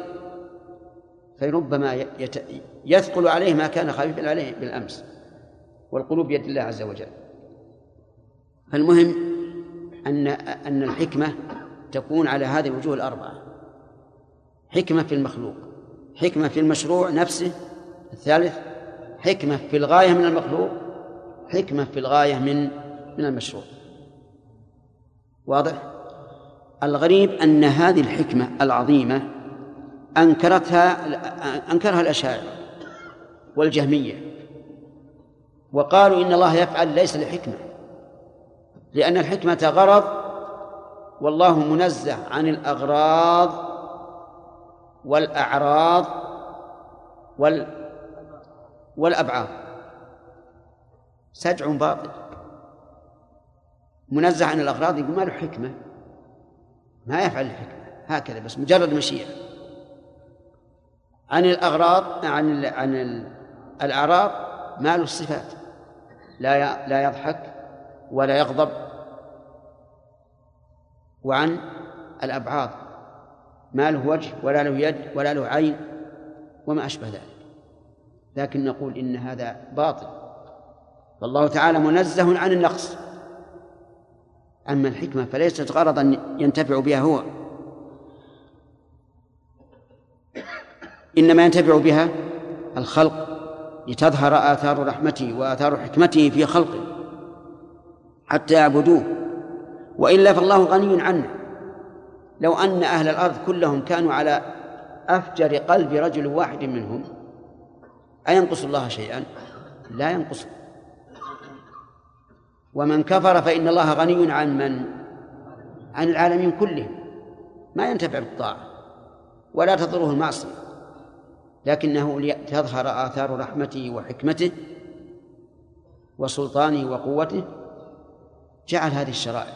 فربما يثقل عليه ما كان خفيفا عليه بالأمس، والقلوب بيد الله عز وجل. فالمهم أن أن الحكمة تكون على هذه الوجوه الأربعة: حكمة في المخلوق، حكمة في المشروع نفسه، الثالث حكمة في الغاية من المخلوق، حكمة في الغاية من من المشروع. واضح؟ الغريب أن هذه الحكمة العظيمة أنكرتها أنكرها الأشاعرة والجهمية، وقالوا إن الله يفعل ليس لحكمة، لأن الحكمة غرض، والله منزه عن الأغراض والأعراض وال والأبعاد. سجع باطل. منزه عن الأغراض يقول ما له حكمة، ما يفعل الحكمة، هكذا بس مجرد مشيئة. عن الأغراض عن عن الأعراض ما له الصفات، لا لا يضحك ولا يغضب. وعن الأبعاد ما له وجه ولا له يد ولا له عين وما أشبه ذلك. لكن نقول إن هذا باطل، فالله تعالى منزه عن النقص. أما الحكمة فليست غرضا ينتفع بها هو، إنما ينتفع بها الخلق لتظهر آثار رحمته وآثار حكمته في خلقه حتى يعبدوه، وإلا فالله غني عنه. لو أن أهل الأرض كلهم كانوا على أفجر قلب رجل واحد منهم أينقص الله شيئا؟ لا ينقص. ومن كفر فإن الله غني عن من؟ عن العالمين كلهم، ما ينتفع بالطاعة ولا تضره المعصية، لكنه لتظهر آثار رحمته وحكمته وسلطانه وقوته جعل هذه الشرائع.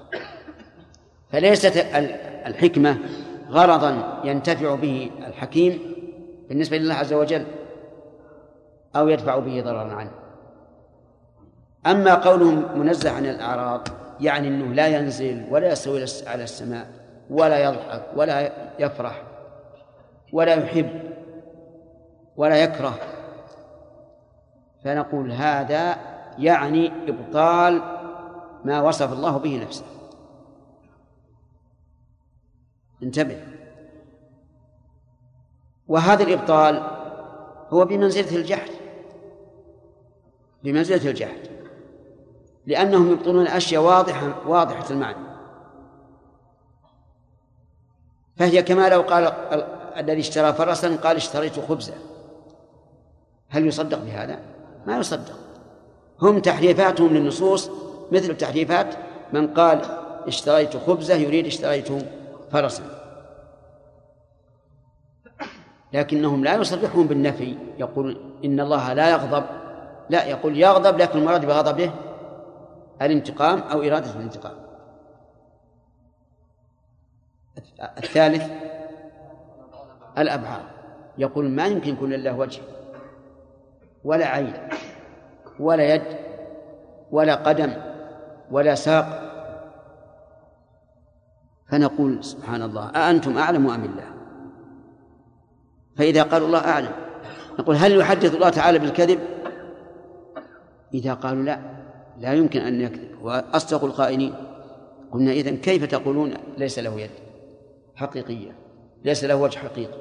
فليست الحكمة غرضا ينتفع به الحكيم بالنسبة لله عز وجل أو يدفع به ضررا عنه. أما قولهم منزه عن الأعراض يعني أنه لا ينزل ولا يستوي على السماء ولا يضحك ولا يفرح ولا يحب ولا يكره، فنقول هذا يعني إبطال ما وصف الله به نفسه. انتبه. وهذا الإبطال هو بمنزلة الجحد، بمنزلة الجحد، لأنهم يبطلون أشياء واضحة واضحة المعنى. فهي كما لو قال الذي اشترى فرسا قال اشتريت خبزا، هل يصدق بهذا؟ ما يصدق. هم تحريفاتهم للنصوص مثل تحريفات من قال اشتريت خبزة يريد اشتريت فرسا، لكنهم لا يصرحون بالنفي، يقول إن الله لا يغضب، لا، يقول يغضب لكن المراد بغضبه الانتقام أو إرادة الانتقام. الثالث الأبعاد، يقول ما يمكن يكون لله وجه ولا عين ولا يد ولا قدم ولا ساق. فنقول سبحان الله أأنتم أعلم أم الله؟ فإذا قالوا الله أعلم نقول هل يحدث الله تعالى بالكذب؟ إذا قالوا لا لا يمكن أن يكذب وأصدق القائلين، قلنا إذن كيف تقولون ليس له يد حقيقية، ليس له وجه حقيقي؟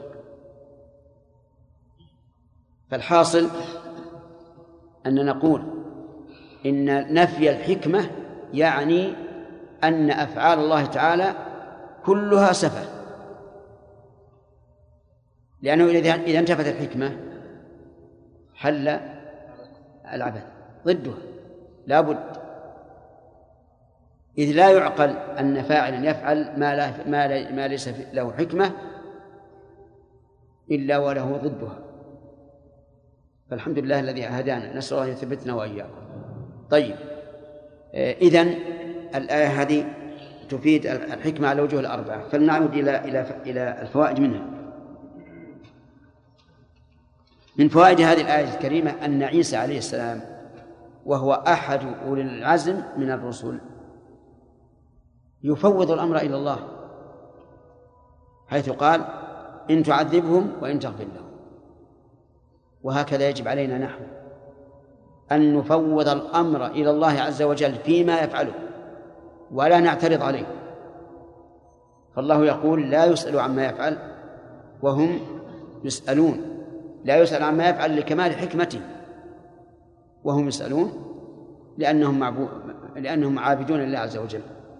فالحاصل أن نقول إن نفي الحكمة يعني أن أفعال الله تعالى كلها سفه، لأنه إذا انتفت الحكمة حل العبث ضدها لا بد، إذ لا يعقل أن فاعلا يفعل ما, لا ما, لا ما ليس له حكمة إلا وله ضدها. فالحمد لله الذي هدانا، نسأل الله يثبتنا وإياكم. طيب، إذن الآية هذه تفيد الحكمة على وجوه الأربعة، فلنعود إلى إلى إلى الفوائد منها. من فوائد هذه الآية الكريمة أن عيسى عليه السلام وهو أحد أولي العزم من الرسل يفوض الأمر إلى الله، حيث قال إن تعذبهم وإن تغفر لهم. وهكذا يجب علينا نحن أن نفوض الأمر إلى الله عز وجل فيما يفعله، ولا نعترض عليه. فالله يقول لا يسأل عما يفعل وهم يسألون، لا يسأل عما يفعل لكمال حكمته وهم يسألون لأنهم معبود لأنهم عابدون لله عز وجل.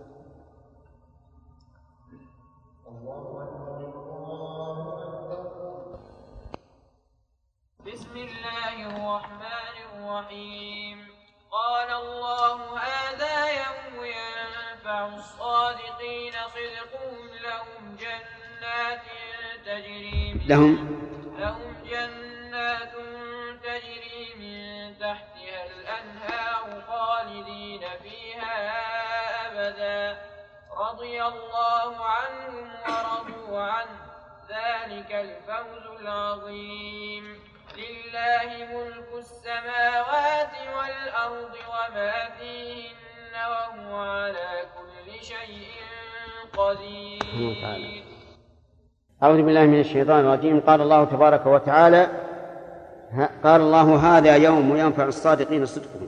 بسم الله الرحمن الرحيم. قال الله هذا يوم ينفع الصادقين صدقهم لهم جنات تجري من لهم لهم جنات تجري من تحتها الأنهار خالدين فيها أبدا رضي الله عنهم ورضوا عنه ذلك الفوز العظيم. لله ملك السماوات والأرض وما فيهن وهو على كل شيء قدير. أعوذ بالله من الشيطان الرجيم. قال الله تبارك وتعالى قال الله هذا يوم ينفع الصادقين صدقهم.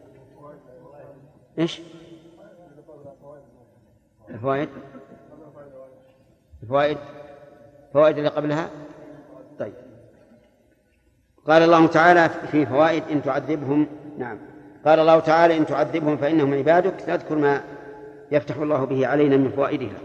إيش الفوائد؟ الفوائد فوائد اللي قبلها. طيب قال الله تعالى في فوائد إن تعذبهم. نعم قال الله تعالى إن تعذبهم فإنهم عبادك. تذكر ما يفتح الله به علينا من فوائدها.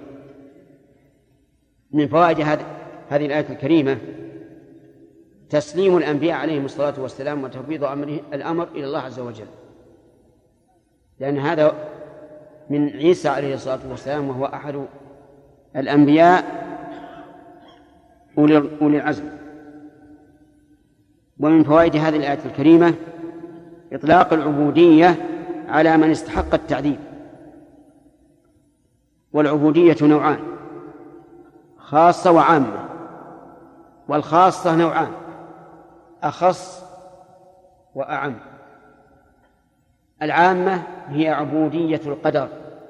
من فوائد هذه الآية الكريمة تسليم الأنبياء عليهم الصلاة والسلام وتفويض أمره الأمر إلى الله عز وجل، لأن هذا من عيسى عليه الصلاة والسلام وهو أحد الأنبياء أولي العزم. ومن فوائد هذه الآية الكريمة إطلاق العبودية على من استحق التعذيب. والعبودية نوعان خاصة وعامة، والخاصة نوعان أخص وأعم. العامة هي عبودية القدر،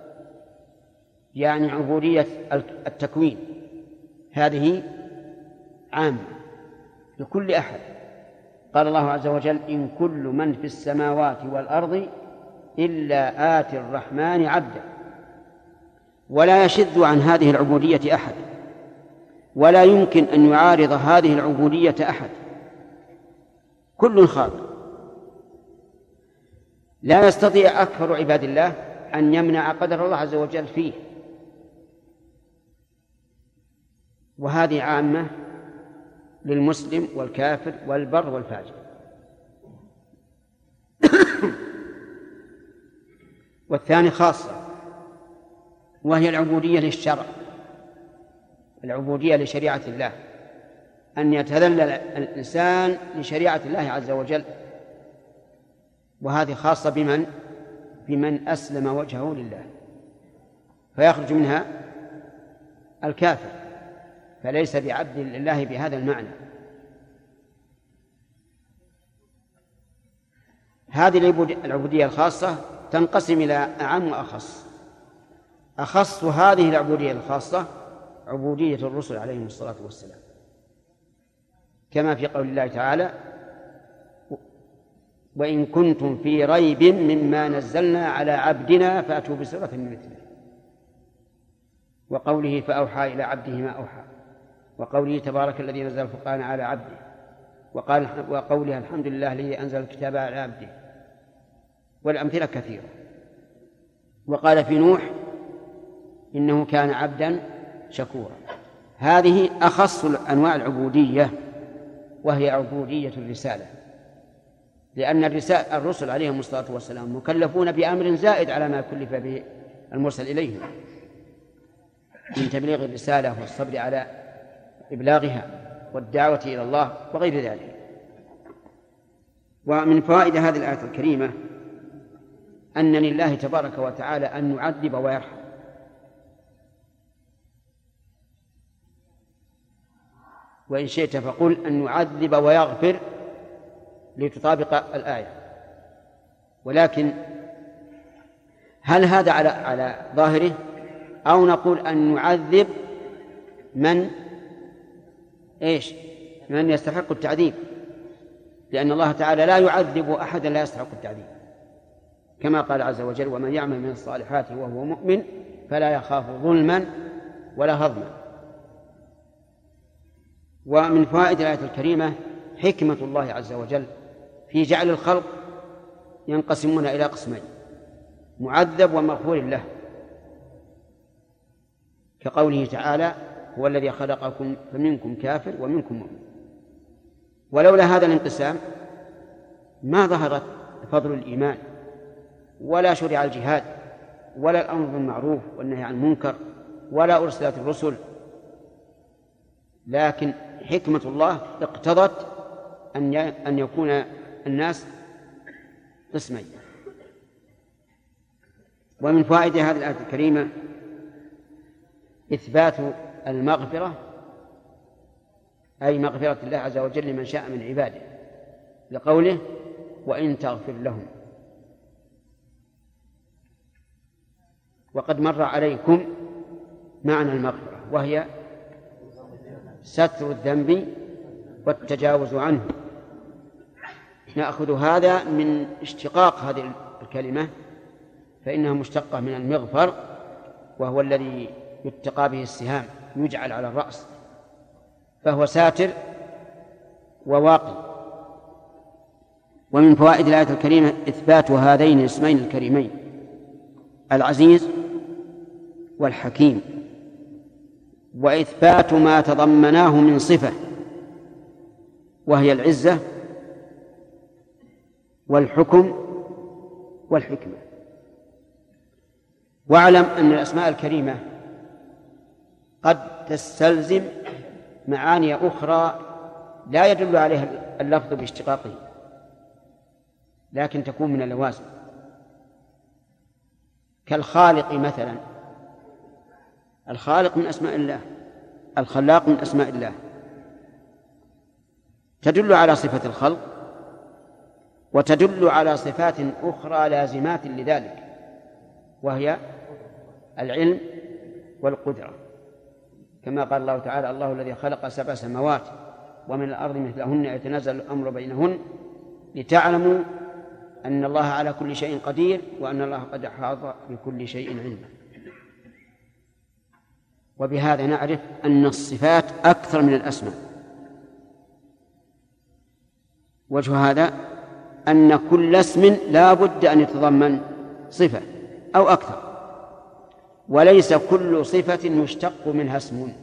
يعني عبودية التكوين، هذه عامة لكل أحد. قال الله عز وجل إن كل من في السماوات والأرض إلا آتي الرحمن عبدا. ولا يشذ عن هذه العبودية أحد، ولا يمكن أن يعارض هذه العبودية أحد، كل خاضع. لا يستطيع أكثر عباد الله أن يمنع قدر الله عز وجل فيه، وهذه عامة للمسلم والكافر والبر والفاجر. والثاني خاصة، وهي العبودية للشرع، العبودية لشريعة الله، أن يتذلل الإنسان لشريعة الله عز وجل. وهذه خاصة بمن؟ بمن أسلم وجهه لله، فيخرج منها الكافر، فليس بعبد لله بهذا المعنى. هذه العبودية الخاصة تنقسم إلى أعم وأخص. أخص هذه العبودية الخاصة عبودية الرسل عليهم الصلاة والسلام، كما في قول الله تعالى وإن كنتم في ريب مما نزلنا على عبدنا فأتوا بسورة من مثله، وقوله فأوحى إلى عبده ما أوحى، وقوله تبارك الذي نزل الفرقان على عبده، وقال وقولها الحمد لله الذي أنزل الكتاب على عبده، والأمثلة كثيرة. وقال في نوح إنه كان عبدا شكورا. هذه أخص أنواع العبودية، وهي عبودية الرسالة، لأن الرسل عليهم الصلاة والسلام مكلفون بأمر زائد على ما كلف به المرسل إليهم من تبليغ الرسالة والصبر على إبلاغها والدعوة إلى الله وغير ذلك. ومن فوائد هذه الآية الكريمة أن لله تبارك وتعالى أن يعذب ويرحم، وإن شئت فقل أن يعذب ويغفر لتطابق الآية. ولكن هل هذا على على ظاهره، أو نقول أن يعذب من إيش من يستحق التعذيب، لأن الله تعالى لا يعذب أحدا لا يستحق التعذيب، كما قال عز وجل: ومن يعمل من الصالحات وهو مؤمن فلا يخاف ظلما ولا هضما. ومن فوائد الآية الكريمة حكمة الله عز وجل في جعل الخلق ينقسمون إلى قسمين: معذب ومغفور له، كقوله تعالى: هو الذي خلقكم فمنكم كافر ومنكم مؤمن. ولولا هذا الانقسام ما ظهرت فضل الإيمان، ولا شرع الجهاد، ولا الأمر بالمعروف والنهي عن المنكر، ولا أرسلت الرسل. لكن حكمة الله اقتضت أن أن يكون الناس قسمين. ومن فوائد هذه الآية الكريمة إثبات المغفرة، أي مغفرة الله عز وجل لمن شاء من عباده، لقوله: وإن تغفر لهم. وقد مر عليكم معنى المغفرة، وهي ستر الذنب والتجاوز عنه. نأخذ هذا من اشتقاق هذه الكلمة، فإنها مشتقة من المغفر، وهو الذي يتقى به السهام، يجعل على الرأس، فهو ساتر وواقي. ومن فوائد الآية الكريمة إثبات هذين الاسمين الكريمين: العزيز والحكيم، وإثبات ما تضمناه من صفة، وهي العزة والحكم والحكمة. واعلم أن الأسماء الكريمة قد تستلزم معاني أخرى لا يدل عليها اللفظ باشتقاقه، لكن تكون من اللوازم، كالخالق مثلا. الخالق من أسماء الله، الخلاق من أسماء الله، تدل على صفة الخلق وتدل على صفات أخرى لازمات لذلك، وهي العلم والقدرة، كما قال الله تعالى: الله الذي خلق سبع سماوات ومن الأرض مثلهن يتنزل الأمر بينهن لتعلموا أن الله على كل شيء قدير وأن الله قد أحاط بكل شيء علما. وبهذا نعرف أن الصفات أكثر من الأسماء. وجه هذا أن كل اسم لا بد أن يتضمن صفة أو أكثر، وليس كل صفة يشتق منها اسم.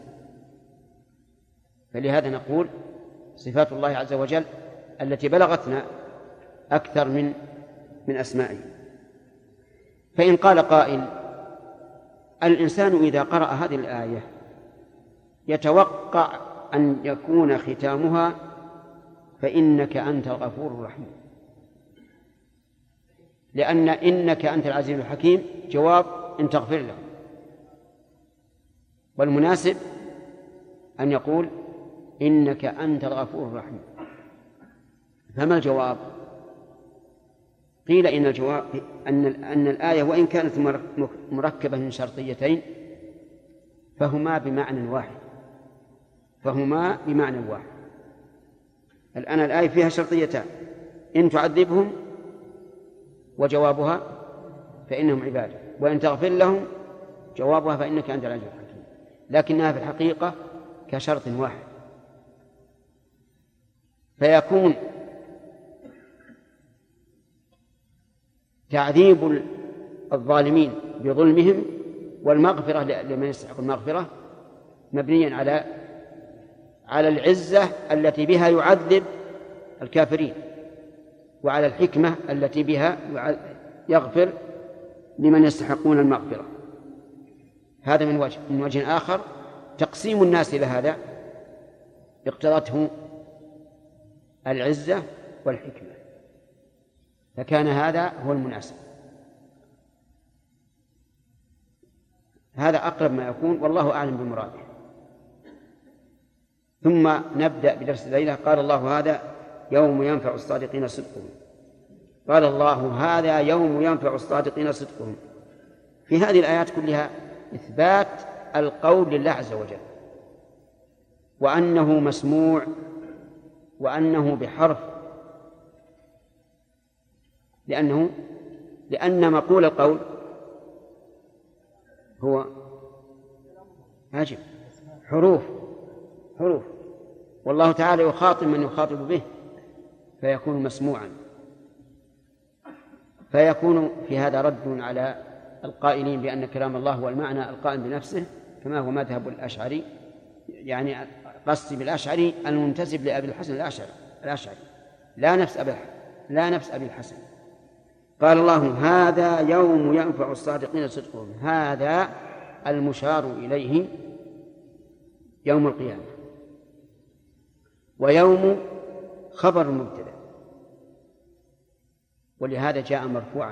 فلهذا نقول صفات الله عز وجل التي بلغتنا أكثر من من أسمائه. فإن قال قائل: الإنسان إذا قرأ هذه الآية يتوقع أن يكون ختامها فإنك أنت الغفور الرحيم، لأن إنك أنت العزيز الحكيم جواب إن تغفر له، والمناسب أن يقول إنك أنت الغفور الرحيم. فما الجواب؟ قيل إن الجواب أن أن الآية وإن كانت مركبة من شرطيتين فهما بمعنى واحد، فهما بمعنى واحد. الآن الآية فيها شرطيتان: إن تعذبهم، وجوابها فإنهم عبادك، وإن تغفر لهم، جوابها فإنك أنت العزيز الحكيم، لكنها في الحقيقة كشرط واحد. فيكون تعذيب الظالمين بظلمهم والمغفرة لمن يستحق المغفرة مبنيا على على العزة التي بها يعذب الكافرين، وعلى الحكمة التي بها يغفر لمن يستحقون المغفرة. هذا من وجه. من وجه آخر تقسيم الناس إلى هذا اقتضته العزة والحكمة، فكان هذا هو المناسب. هذا أقرب ما يكون، والله أعلم بمراده. ثم نبدأ بدرس الليلة. قال الله: هذا يوم ينفع الصادقين صدقهم. قال الله: هذا يوم ينفع الصادقين صدقهم. في هذه الآيات كلها إثبات القول لله عز وجل، وأنه مسموع، وأنه بحرف، لأنه لأن مقول القول هو عجب حروف حروف والله تعالى يخاطب من يخاطب به فيكون مسموعا، فيكون في هذا رد على القائلين بأن كلام الله هو المعنى القائم بنفسه كما هو مذهب الأشعري، يعني قصدي بالأشعري المنتسب لأبي الحسن الأشعري الأشعري لا نفس أبي لا نفس أبي الحسن. قال الله هذا يوم ينفع الصادقين صدقهم، هذا المشار إليه يوم القيامة، ويوم خبر مبتدأ ولهذا جاء مرفوعا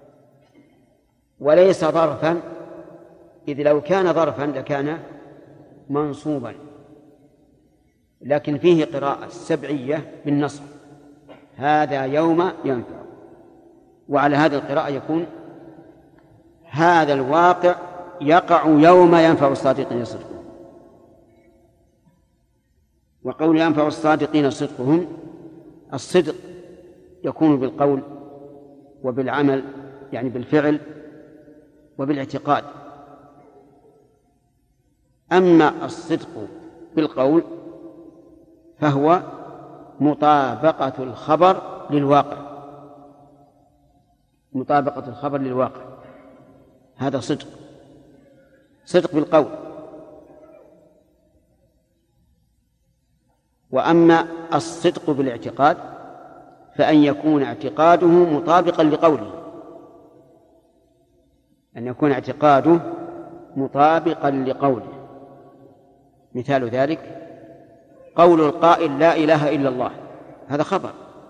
وليس ظرفا، إذ لو كان ظرفا لكان منصوبا، لكن فيه قراءة سبعية بالنصب هذا يوم ينفع، وعلى هذه القراءة يكون هذا الواقع يقع يوم ينفع الصادقين صدقهم. وقول ينفع الصادقين صدقهم، الصدق يكون بالقول وبالعمل يعني بالفعل وبالاعتقاد، أما الصدق بالقول فهو مطابقة الخبر للواقع، مطابقة الخبر للواقع هذا صدق، صدق بالقول. وأما الصدق بالاعتقاد فأن يكون اعتقاده مطابقا لقوله، أن يكون اعتقاده مطابقا لقوله. مثال ذلك قول القائل لا إله إلا الله، هذا خبر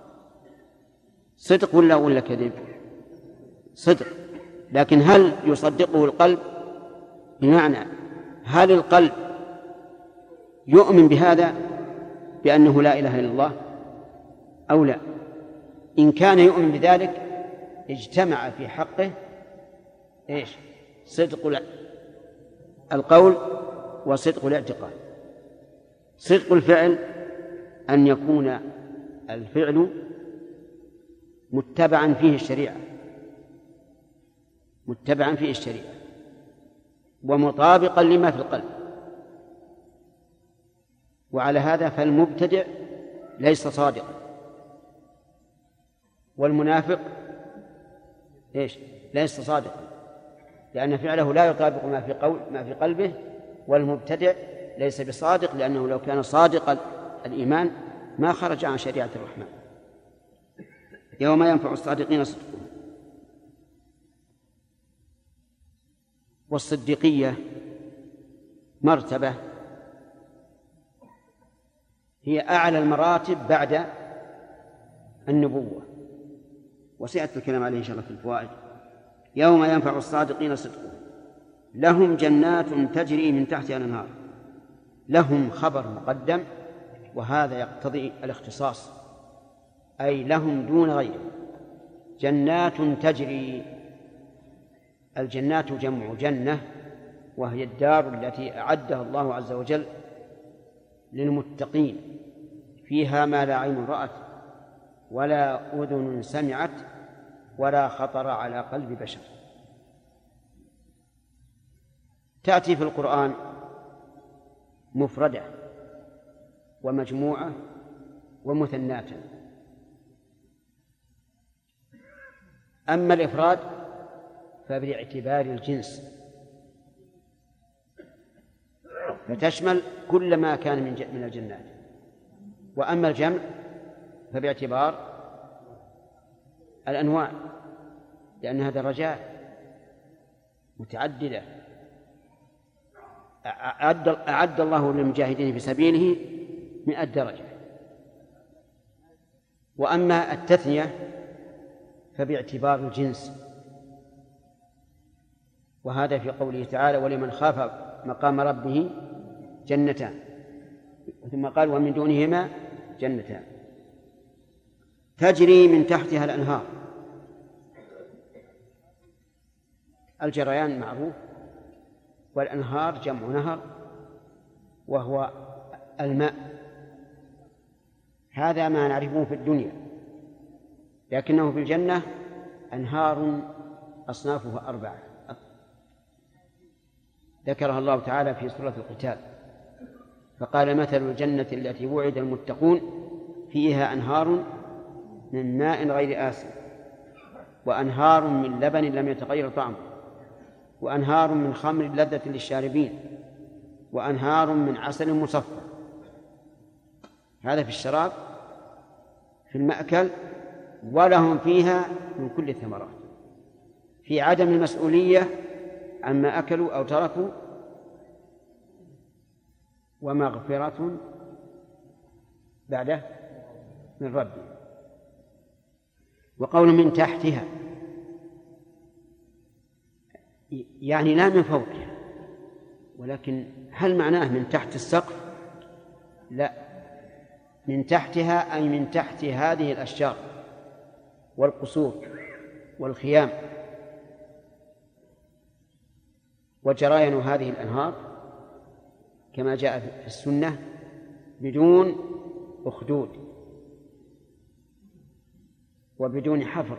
صدق ولا ولا كذب؟ صدق، لكن هل يصدقه القلب؟ بمعنى هل القلب يؤمن بهذا بأنه لا إله إلا الله أو لا؟ إن كان يؤمن بذلك اجتمع في حقه إيش؟ صدق القول وصدق الاعتقاد. صدق الفعل أن يكون الفعل متبعا فيه الشريعة، متبعا فيه الشريعة ومطابقا لما في القلب. وعلى هذا فالمبتدع ليس صادقا، والمنافق إيش؟ ليس صادقا، لأن فعله لا يطابق ما في قول ما في قلبه. والمبتدع ليس بصادق، لأنه لو كان صادق الإيمان ما خرج عن شريعة الرحمن. يوم ينفع الصادقين صدقهم. والصديقية مرتبة هي أعلى المراتب بعد النبوة، وسيأتي الكلام عليه إن شاء الله في الفوائد. يوم ينفع الصادقين صدقهم لهم جنات تجري من تحتها الأنهار. لهم خبر مقدم، وهذا يقتضي الاختصاص، أي لهم دون غيرهم. جنات تجري، الجنات جمع جنة، وهي الدار التي أعدها الله عز وجل للمتقين، فيها ما لا عين رأت ولا أذن سمعت ولا خطر على قلب بشر. تأتي في القرآن مفردة ومجموعة ومثناة. أما الإفراد فباعتبار الجنس، فتشمل كل ما كان من من الجنات. وأما الجمع فباعتبار الأنواع، لأنها درجات متعددة أعد, أعد الله للمجاهدين في سبيله مئة درجة. وأما التثنية فباعتبار الجنس، وهذا في قوله تعالى ولمن خاف مقام ربه جنتان، ثم قال ومن دونهما جنتان تجري من تحتها الأنهار. الجريان معروف، والأنهار جمع نهر وهو الماء، هذا ما نعرفه في الدنيا، لكنه في الجنة أنهار أصنافها أربعة ذكرها الله تعالى في سورة القتال، فقال مثل الجنة التي وعد المتقون فيها أنهار من ماء غير آسن وأنهار من لبن لم يتغير طعمه وأنهار من خمر لذة للشاربين وأنهار من عسل مصفى. هذا في الشراب في المأكل، ولهم فيها من كل الثمرات. في عدم المسؤولية عما أكلوا أو تركوا، ومغفرة بعده من ربهم. وقول من تحتها يعني لا من فوقها، ولكن هل معناه من تحت السقف؟ لا، من تحتها أي من تحت هذه الأشجار والقصور والخيام. وجريان هذه الأنهار كما جاء في السنة بدون أخدود وبدون حفر،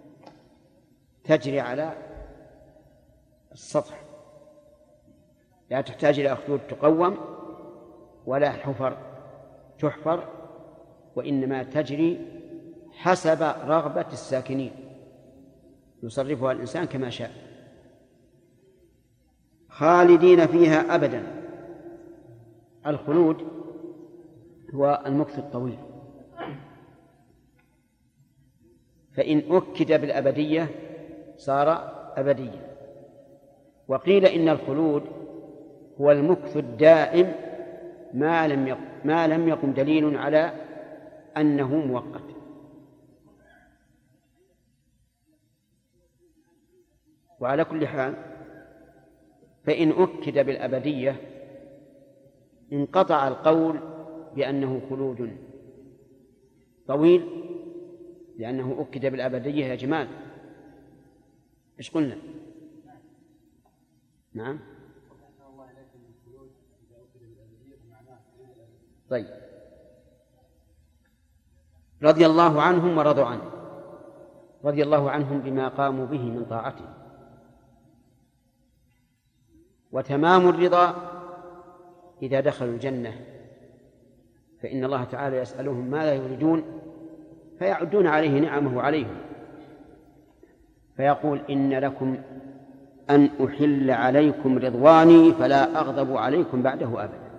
تجري على السطح، لا تحتاج إلى أخدود تقوم ولا حفر تحفر، وإنما تجري حسب رغبة الساكنين يصرفها الإنسان كما شاء. خالدين فيها أبدا. الخلود هو المكث الطويل، فإن أكد بالأبدية صار أبديا. وقيل إن الخلود هو المكث الدائم ما لم يقم, ما لم يقم دليل على أنه مؤقت. وعلى كل حال فإن أكد بالأبدية انقطع القول بأنه خلود طويل، لأنه أكد بالأبدية يا جمال. إيش قلنا؟ نعم. طيب، رضي الله عنهم ورضوا عنه. رضي الله عنهم بما قاموا به من طاعته. وتمام الرضا إذا دخلوا الجنة، فإن الله تعالى يسألهم ماذا يريدون فيعدون عليه نعمه عليهم، فيقول إن لكم أن أحل عليكم رضواني فلا أغضب عليكم بعده أبدا.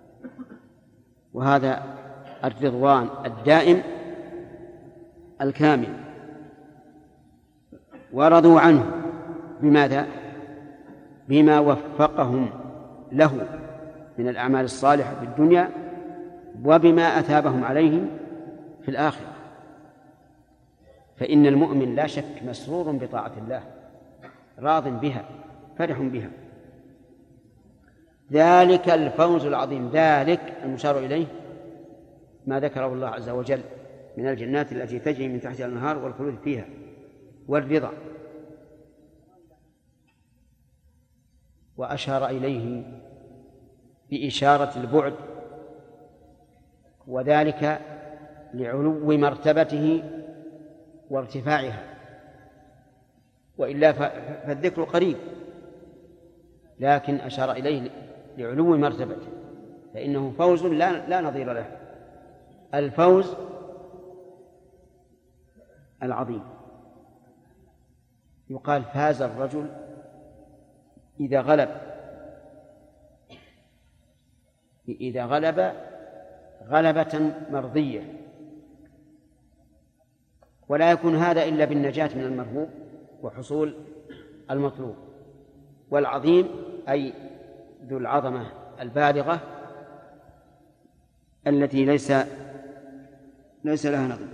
وهذا الرضوان الدائم الكامل. ورضوا عنه بماذا؟ بما وفقهم له من الأعمال الصالحة في الدنيا وبما أثابهم عليه في الآخرة. فإن المؤمن لا شك مسرور بطاعة الله، راض بها، فرح بها. ذلك الفوز العظيم. ذلك المشار إليه ما ذكره الله عز وجل من الجنات التي تجري من تحتها الأنهار والخلود فيها والرضا. وأشار إليه بإشارة البعد، وذلك لعلو مرتبته وارتفاعها، وإلا فالذكر قريب، لكن أشار إليه لعلو مرتبته، فإنه فوز لا, لا نظير له، الفوز العظيم. يقال فاز الرجل إذا غلب إذا غلب غلبة مرضية، ولا يكون هذا إلا بالنجاة من المرهوب وحصول المطلوب. والعظيم أي ذو العظمة البالغة التي ليس ليس لها نظير.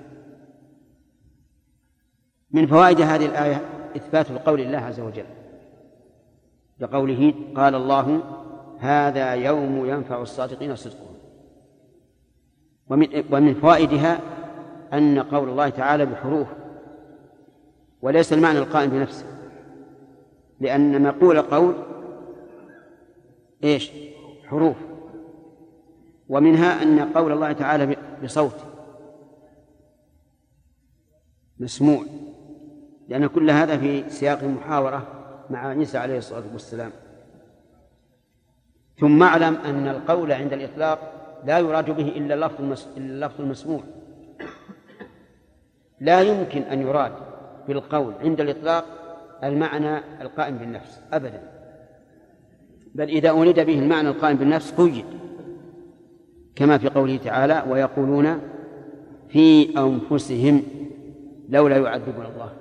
من فوائد هذه الآية إثبات القول لله عز وجل بقوله قال الله هذا يوم ينفع الصادقين صدقهم. ومن ومن فوائدها أن قول الله تعالى بحروف وليس المعنى القائم بنفسه، لأن مقول قول إيش؟ حروف. ومنها أن قول الله تعالى بصوت مسموع، لأن كل هذا في سياق المحاورة مع عيسى عليه الصلاة والسلام. ثم اعلم أن القول عند الإطلاق لا يراد به إلا اللفظ المسموع، لا يمكن أن يراد بالقول عند الإطلاق المعنى القائم بالنفس أبدا، بل إذا أريد به المعنى القائم بالنفس قيد، كما في قوله تعالى ويقولون في أنفسهم لولا يعذبنا الله.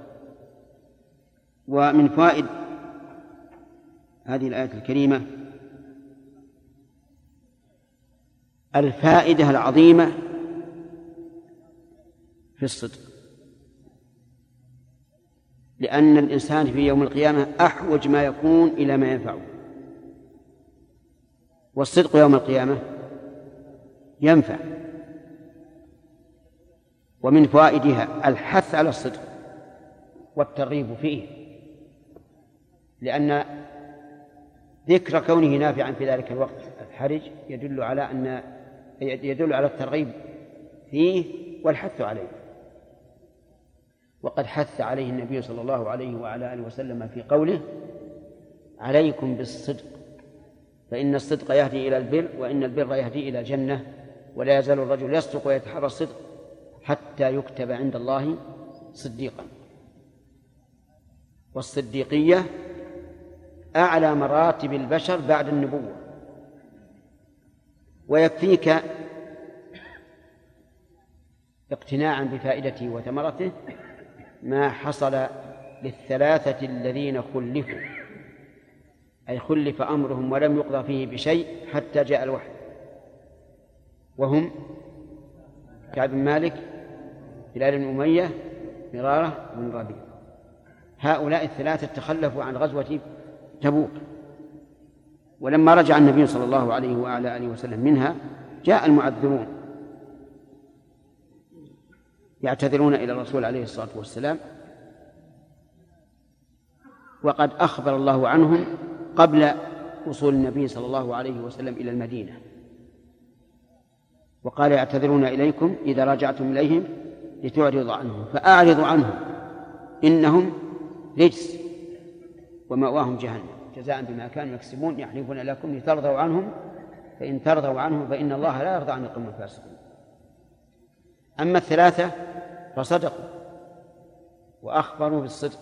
ومن فوائد هذه الآية الكريمة الفائدة العظيمة في الصدق، لأن الإنسان في يوم القيامة أحوج ما يكون إلى ما ينفعه، والصدق يوم القيامة ينفع. ومن فوائدها الحث على الصدق والترغيب فيه، لأن ذكر كونه نافعا في ذلك الوقت الحرج يدل على أن يدل على الترغيب فيه والحث عليه. وقد حث عليه النبي صلى الله عليه وعلى آله وسلم في قوله عليكم بالصدق فإن الصدق يهدي إلى البر وإن البر يهدي إلى الجنة ولا يزال الرجل يصدق ويتحرى الصدق حتى يكتب عند الله صديقا. والصديقية أعلى مراتب البشر بعد النبوة. ويكفيك اقتناعا بفائدته وثمرته ما حصل للثلاثة الذين خلفوا، أي خلف أمرهم ولم يقضى فيه بشيء حتى جاء الوحي، وهم كعب بن مالك، هلال بن أمية، مرارة بن ربيع. هؤلاء الثلاثة تخلفوا عن غزوة تبوك، ولما رجع النبي صلى الله عليه وعلى آله وسلم منها جاء المعذرون يعتذرون إلى الرسول عليه الصلاة والسلام، وقد أخبر الله عنهم قبل وصول النبي صلى الله عليه وسلم إلى المدينة، وقال يعتذرون إليكم إذا رجعتم إليهم لتعرضوا عنهم فأعرضوا عنهم إنهم رجس ومأواهم جهنم جزاء بما كانوا يكسبون يحلفون لكم لترضوا عنهم فإن ترضوا عنهم فإن الله لا يرضى عن القوم الفاسقين. أما الثلاثة فصدقوا وأخبروا بالصدق،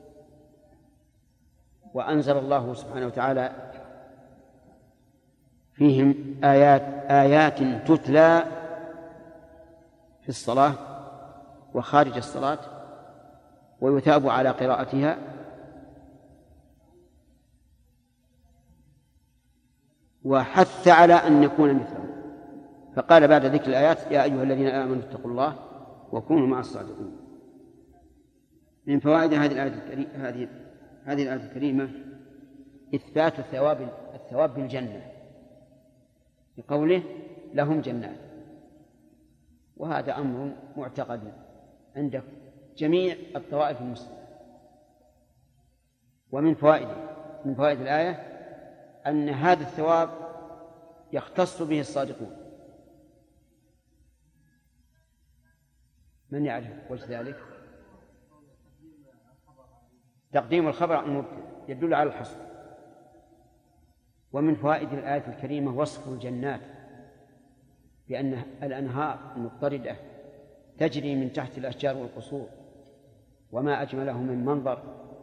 وأنزل الله سبحانه وتعالى فيهم آيات آيات تتلى في الصلاة وخارج الصلاة ويثاب على قراءتها، وحث على أن نكون مثلهم، فقال بعد ذكر الآيات يا أيها الذين آمنوا اتقوا الله وكونوا مع الصادقين. من فوائد هذه الآية الكريمة هذه هذه الآية الكريمة إثبات الثواب الثواب بالجنة بقوله لهم جنات، وهذا أمر معتقد عند جميع الطوائف المسلمة. ومن فوائد من فوائد الآية أن هذا الثواب يختص به الصادقون. من يعرف وجه ذلك؟ تقديم الخبر عن المبتدأ يدل على الحصر. ومن فوائد الآية الكريمة وصف الجنات بأن الأنهار المضطردة تجري من تحت الأشجار والقصور، وما أجمله من منظر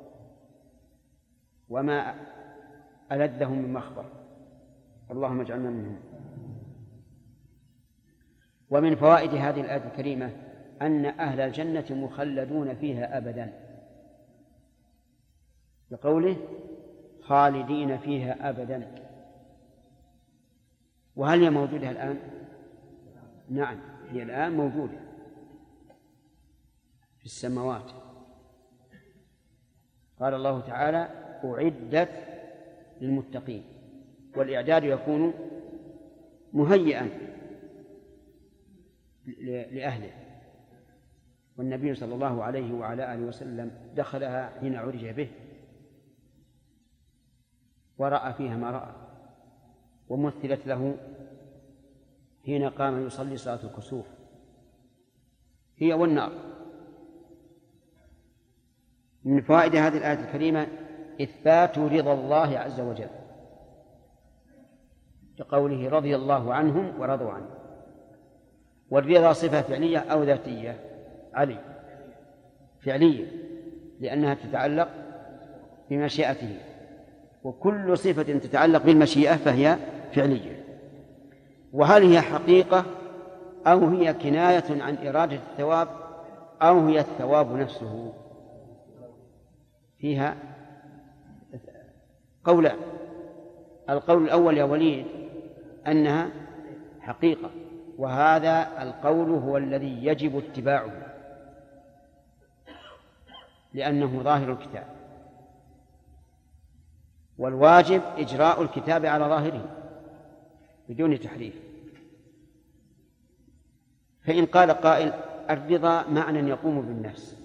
وما ألذه من مخبر، اللهم اجعلنا منهم. ومن فوائد هذه الآية الكريمة أن أهل الجنة مخلدون فيها أبدا، بقوله خالدين فيها أبدا. وهل هي موجودة الآن؟ نعم، هي الآن موجودة في السماوات. قال الله تعالى أعدت للمتقين، والإعداد يكون مهيئا لأهله، والنبي صلى الله عليه وعلى آله وسلم دخلها حين عرج به ورأى فيها ما رأى، ومثلت له حين قام يصلي صلاة الكسوف، هي والنار. من فوائد هذه الآية الكريمة إثبات رضا الله عز وجل كقوله رضي الله عنهم ورضوا عنه. والرضا صفة فعلية أو ذاتية؟ علي فعلية، لأنها تتعلق بمشيئته، وكل صفة تتعلق بالمشيئة فهي فعلية. وهل هي حقيقة أو هي كناية عن إرادة الثواب أو هي الثواب نفسه؟ فيها قولان. القول الأول يا وليد أنها حقيقة، وهذا القول هو الذي يجب اتباعه لأنه ظاهر الكتاب، والواجب إجراء الكتاب على ظاهره بدون تحريف. فإن قال قائل الرضا معنى يقوم بالنفس،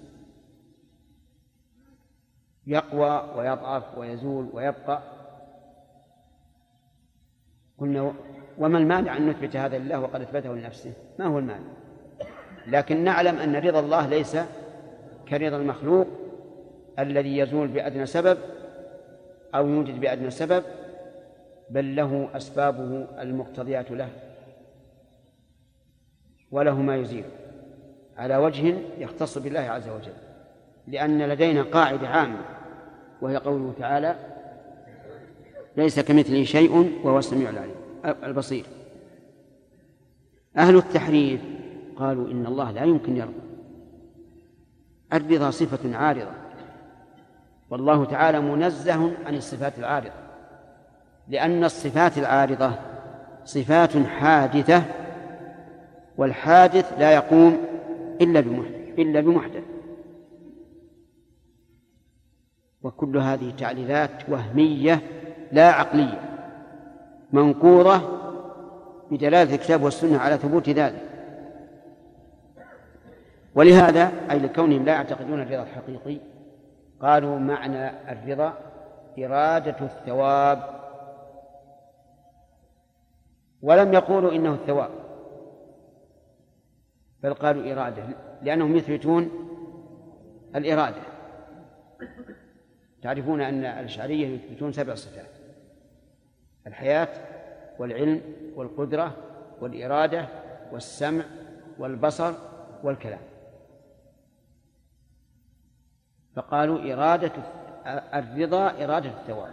يقوى ويضعف ويزول ويبقى، قلنا وما المانع أن نثبت هذا لله وقد أثبته لنفسه؟ ما هو المانع؟ لكن نعلم أن رضا الله ليس كرضا المخلوق الذي يزول بأدنى سبب أو يوجد بأدنى سبب، بل له أسبابه المقتضيات له وله ما يزيل على وجه يختص بالله عز وجل. لأن لدينا قاعدة عامة وهي قوله تعالى ليس كمثله شيء وهو السميع العليم البصير. أهل التحريف قالوا إن الله لا يمكن يرضى. الرضا صفة عارضة، والله تعالى منزه عن الصفات العارضة، لأن الصفات العارضة صفات حادثة، والحادث لا يقوم إلا بمحدث إلا بمحدث وكل هذه تعليلات وهمية لا عقلية منقوضة بدلالة الكتاب والسنة على ثبوت ذلك. ولهذا أي لكونهم لا يعتقدون الرضا الحقيقي قالوا معنى الرضا إرادة الثواب، ولم يقولوا إنه الثواب بل قالوا إرادة، لأنهم يثبتون الإرادة. تعرفون أن الأشعرية يثبتون سبع صفات: الحياة والعلم والقدرة والإرادة والسمع والبصر والكلام، فقالوا إرادة الرضا إرادة الثواب.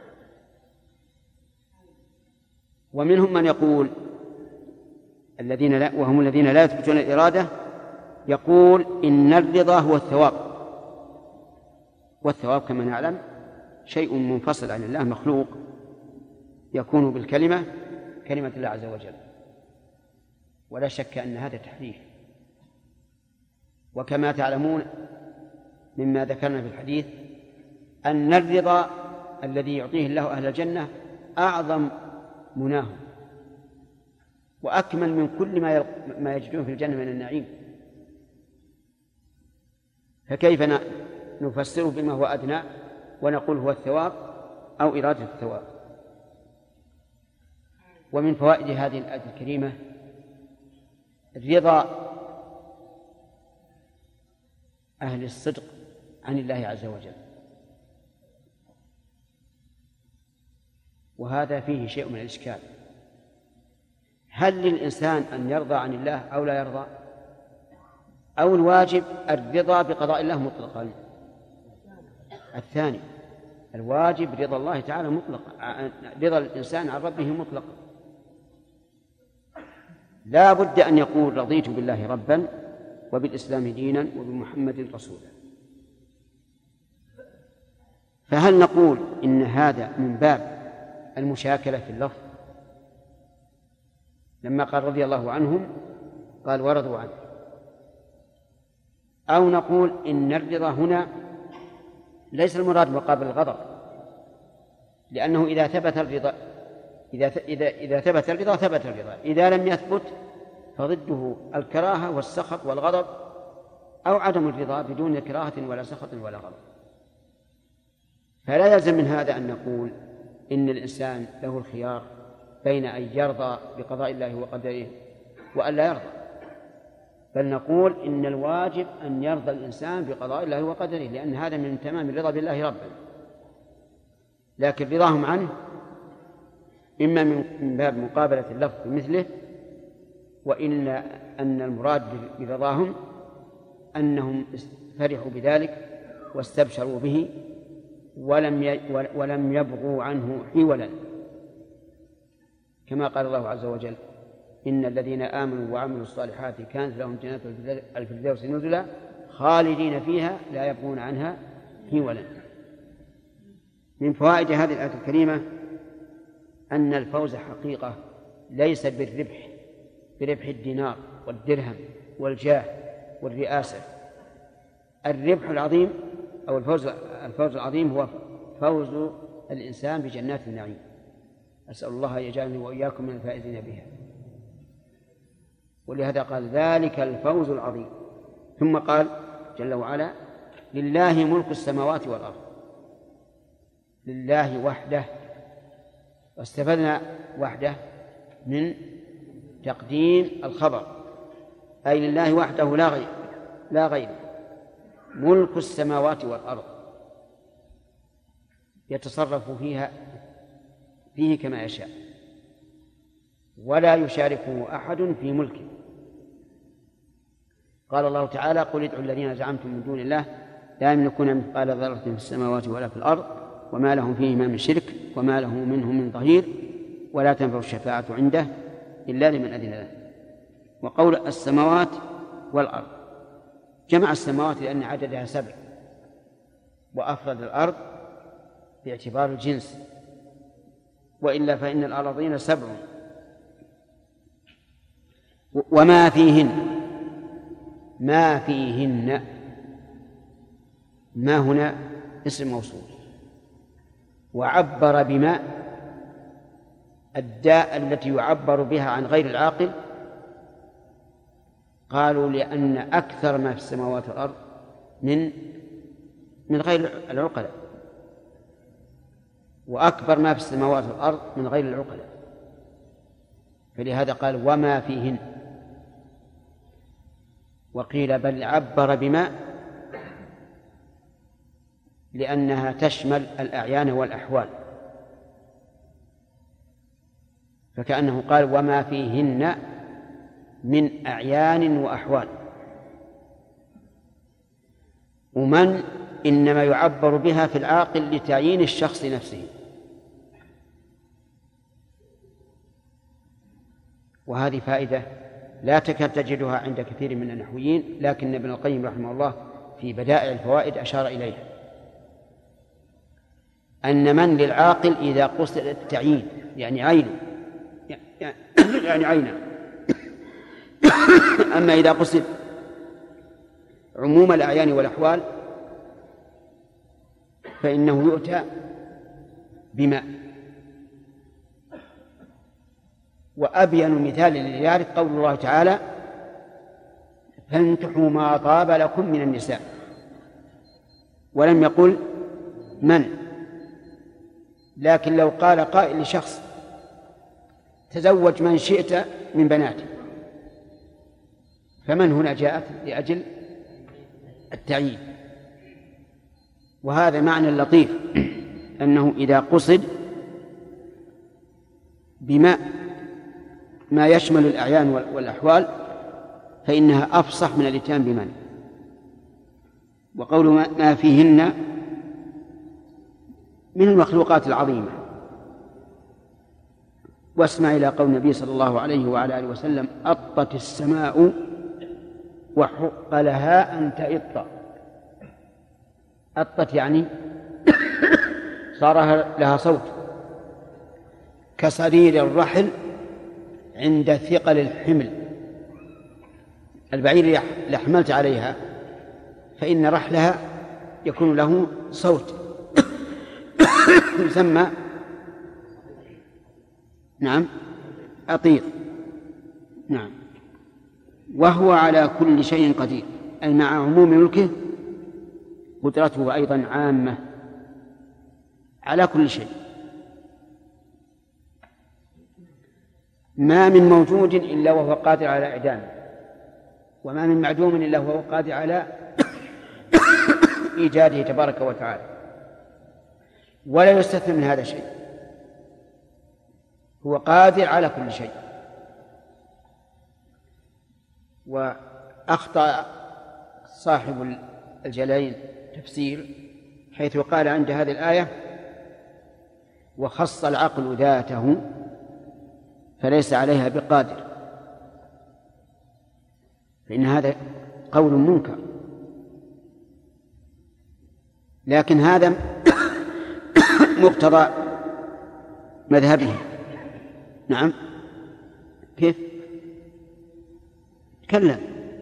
ومنهم من يقول الذين لا وهم الذين لا يثبتون الإرادة يقول إن الرضا هو الثواب، والثواب كما نعلم شيء منفصل عن الله مخلوق يكون بالكلمة كلمة الله عز وجل، ولا شك أن هذا تحريف. وكما تعلمون مما ذكرنا في الحديث أن الرضا الذي يعطيه الله أهل الجنة أعظم مناهم وأكمل من كل ما ما يجدون في الجنة من النعيم، فكيف نفسره بما هو أدنى ونقول هو الثواب أو إرادة الثواب؟ ومن فوائد هذه الآية الكريمة رضا أهل الصدق عن الله عز وجل، وهذا فيه شيء من الإشكال. هل للإنسان أن يرضى عن الله أو لا يرضى، أو الواجب الرضا بقضاء الله مطلقا؟ الثاني، الواجب رضا الله تعالى مطلقا، رضا الإنسان عن ربه مطلقا. لا بد أن يقول رضيت بالله ربا وبالإسلام دينا وبمحمد رسولا. فهل نقول إن هذا من باب المشاكلة في اللفظ لما قال رضي الله عنهم قال ورضوا عنه، أو نقول إن الرضا هنا ليس المراد مقابل الغضب، لأنه إذا ثبت الرضا إذا إذا إذا ثبت الرضا ثبت الرضا، إذا لم يثبت فضده الكراهة والسخط والغضب أو عدم الرضا بدون كراهة ولا سخط ولا غضب. فلا يلزم من هذا أن نقول إن الإنسان له الخيار بين أن يرضى بقضاء الله وقدره وأن لا يرضى، بل نقول إن الواجب أن يرضى الإنسان بقضاء الله وقدره، لأن هذا من تمام الرضا بالله ربا. لكن رضاهم عنه إما من باب مقابلة اللفظ بمثله، وإلا أن المراد برضاهم أنهم فرحوا بذلك واستبشروا به ولم ولم يبغوا عنه حولا، كما قال الله عز وجل: إن الذين آمنوا وعملوا الصالحات كانت لهم جنات الفردوس نزلا خالدين فيها لا يبغون عنها حولا. من فوائد هذه الآية الكريمة أن الفوز حقيقة ليس بالربح بربح الدينار والدرهم والجاه والرئاسة. الربح العظيم أو الفوز الفوز العظيم هو فوز الإنسان بجنات النعيم. أسأل الله أن يجعلني وإياكم من الفائزين بها. ولهذا قال: ذلك الفوز العظيم. ثم قال جل وعلا: لله ملك السماوات والأرض. لله وحده، واستفدنا وحده من تقديم الخبر، أي لله وحده لا غير لا غير ملك السماوات والأرض، يتصرف فيها فيه كما يشاء، ولا يشاركه أحد في ملكه. قال الله تعالى: قل ادعوا الذين زعمتم من دون الله لا يملكون مثقال ذرة في السماوات ولا في الأرض وما لهم فيهما من شرك وما له منهم من ظهير ولا تنفع الشفاعة عنده إلا لمن أذن له. وقول السماوات والأرض جمع السماوات لأن عددها سبع، وأفرد الأرض باعتبار الجنس، وإلا فإن الأراضين سبع وما فيهن. ما فيهن، ما هنا اسم موصول، وعبر بما الداء التي يعبر بها عن غير العاقل. قالوا لأن أكثر ما في السماوات والأرض من من غير العقلاء، وأكبر ما في السماوات والأرض من غير العقلاء، فلهذا قال وما فيهن. وقيل بل عبر بما لأنها تشمل الأعيان والأحوال، فكأنه قال وما فيهن من أعيان وأحوال. ومن إنما يعبر بها في العاقل لتعيين الشخص نفسه، وهذه فائدة لا تكاد تجدها عند كثير من النحويين، لكن ابن القيم رحمه الله في بدائع الفوائد أشار إليها، أن من للعاقل إذا قصد التعيين يعني عينه يعني عينه أما إذا قصد عموم الأعيان والأحوال فإنه يؤتى بما. وأبين مثال لذلك قول الله تعالى: فانكحوا ما طاب لكم من النساء، ولم يقل من. لكن لو قال قائل لشخص: تزوج من شئت من بناتي، فمن هنا جاءت لأجل التعيين. وهذا معنى لطيف، أنه إذا قصد بما ما يشمل الأعيان والأحوال فإنها أفصح من الإتيان بمن. وقول ما فيهن من المخلوقات العظيمة. واسمع إلى قول النبي صلى الله عليه وعلى آله وسلم: أطت السماء وحق لها أن تئط. أطت يعني صار لها صوت، كصرير الرحل عند ثقل الحمل. البعير اللي حملت عليها فإن رحلها يكون له صوت يسمى نعم أطير. نعم. وهو على كل شيء قدير، أي مع عموم ملكه قدرته أيضا عامة على كل شيء. ما من موجود إلا وهو قادر على إعدامه، وما من معدوم إلا هو قادر على إيجاده تبارك وتعالى، ولا يستثنى من هذا شيء، هو قادر على كل شيء. وأخطأ صاحب الجلالين تفسير حيث قال عند هذه الآية وخص العقل ذاته فليس عليها بقادر، فإن هذا قول منكر، لكن هذا مقتضى مذهبه. نعم، كيف؟ كلا،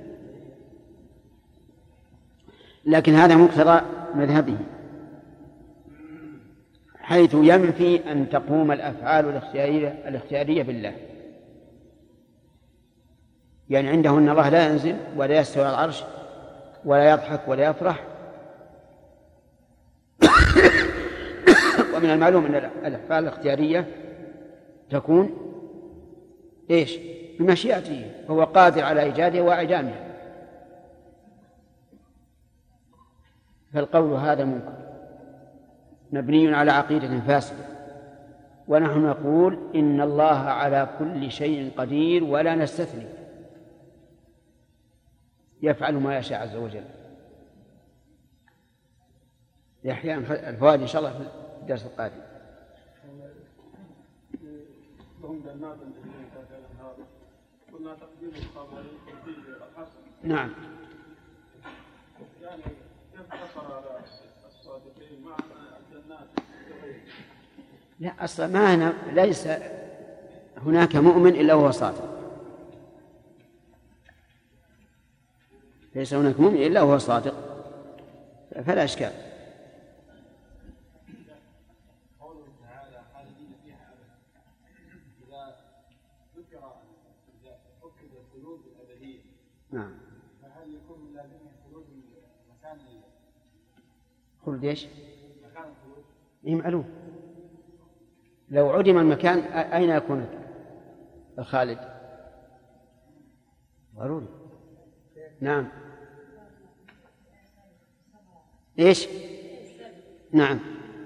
لكن هذا مقتضى مذهبه حيث ينفي أن تقوم الأفعال الاختيارية, الاختيارية بالله. يعني عنده أن الله لا ينزل ولا يستوي على العرش ولا يضحك ولا يفرح، ومن المعلوم أن الأفعال الاختيارية تكون إيش؟ بمشيئته، فهو قادر على إيجادها وإعدامها. فالقول هذا منكر مبني على عقيدة فاسدة، ونحن نقول إن الله على كل شيء قدير ولا نستثني، يفعل ما يشاء عز وجل. يحيى الفوائد إن شاء الله في الدرس القادم. قلنا تقديم الخبر الحسن. نعم. يعني كيف حصل على الصادقين مع الجنات؟ لا، أصلا ما هنا ليس هناك مؤمن إلا هو صادق، ليس هناك مؤمن إلا هو صادق، فلا إشكال. قوله تعالى خالدين فيها أبدا، إذا ذكر إذا أكد الخلود الأبدية، نعم، فهل يكون من لازم خلود مكان خلود إيش؟ مكان الخلود؟ إيه معلوم، لو عدم المكان أين يكون الخالد؟ ضروري. نعم. إيش؟ نعم.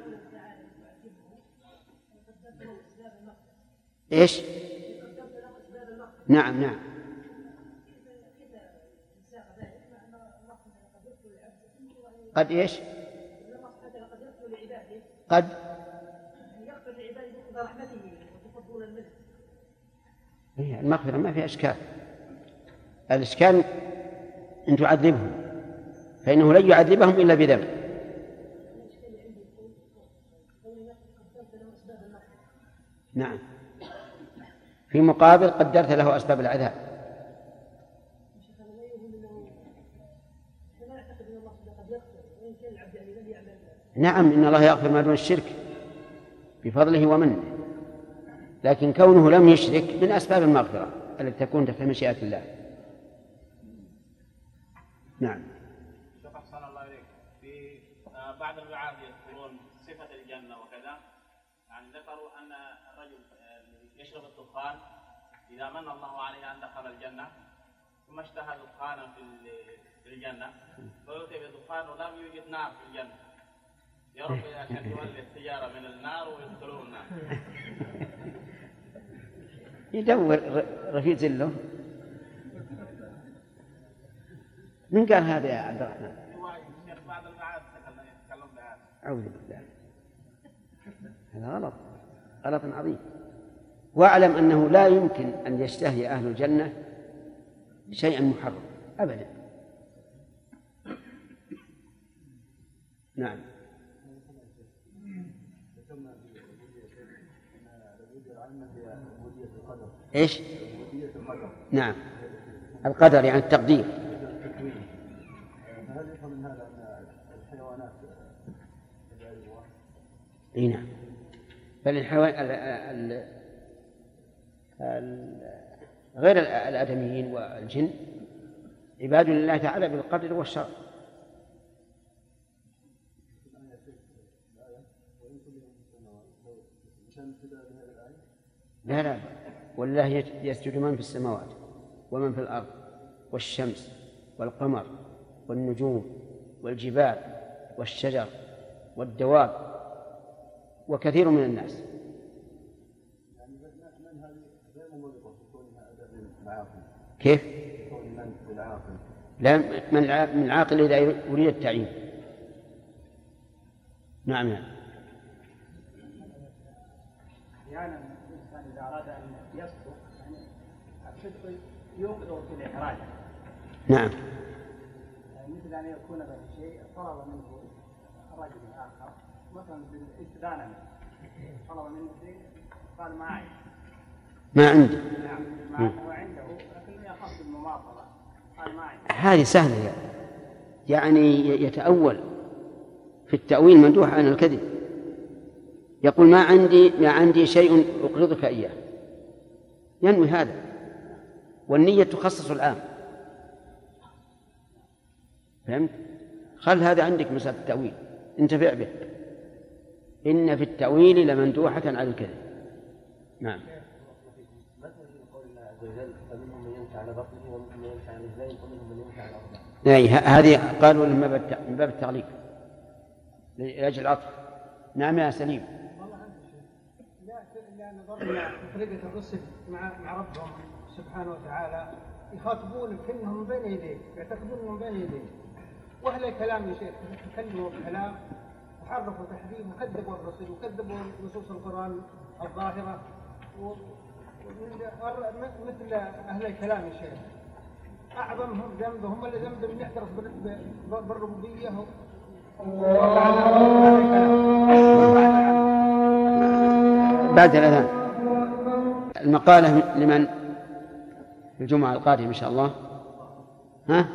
إيش؟ نعم نعم. قد إيش؟ قد إيه المغفرة ما فيها إشكال، الإشكال أن تعذبهم، فإنه لن يعذبهم إلا بذنب. نعم، في مقابل قدرت له أسباب العذاب. نعم، إن الله يغفر ما دون الشرك بفضله ومنه، لكن كونه لم يشرك من أسباب المغفرة التي تكون تحت مشيئة الله. نعم. شيخ أحسن الله إليك، في بعض الرعاة يذكرون صفة الجنة وكذا، يعني ذكروا أن الرجل يشرب الدخان إذا من الله عليه أن دخل الجنة ثم اشتهى دخانا في الجنة فيؤتي بدخان ولم يوجد نار في الجنة، يا رب عشان يولي التجارة من النار ويدخلون النار. يدور رفيق زله. من قال هذا يا عبد الرحمن؟ بعض الرعاة يتكلم بهذا. أعوذ بالله، هذا غلط، غلط عظيم. واعلم أنه لا يمكن أن يشتهي أهل الجنة شيئا محرم أبدا. نعم. إيش؟ نعم، القدر يعني التقدير. هل يفهم من هذا أن الحيوانات إيه نعم، بل الحيوان ال ال ال غير الآدميين والجن عباد لله تعالى بالقدر والشرع. لا لا، والله يسجد من في السماوات ومن في الأرض والشمس والقمر والنجوم والجبال والشجر والدواب وكثير من الناس. كيف؟ لا، من العاقل إذا يريد التعيين. نعم نعم. أحيانا الإنسان إذا أراد أن يصدق يعني الصدق يوقظه في الإحراج. نعم. يعني مثل أن يكون به شيء طلب منه الرجل الآخر مثلا بالاستدانة طلب منه شيء قال ما عندي. ما عندي. نعم ما هو عنده لكن يخاف بالمماطلة قال ما عندي. هذه سهلة يعني يتأول في التأويل مندوح عن الكذب. يقول ما عندي ما عندي شيء أقرضك إياه، ينوي هذا، والنية تخصص العام. فهمت؟ خل هذا عندك مسألة التأويل، انتفع به. إن في التأويل لمندوحة على الكذب. نعم. أي هذه قالوا من باب التعليق لأجل العطف. نعم يا سليم. نظرنا طريقة الرسل مع مع ربهم سبحانه وتعالى يخاطبون كأنهم من بين يديه، يعتقدون من بين يديه، وأهل الكلام يا شيخ تكلموا بكلام وحرفوا تحريف وكذبوا الرسل وكذبوا نصوص القرآن الظاهرة مثل أهل الكلام يا شيخ. أعظمهم ذنب هم اللي ذنب من يحترف بالربوبية بعد الأذان. المقالة لمن في الجمعة القادمة إن شاء الله؟ ها؟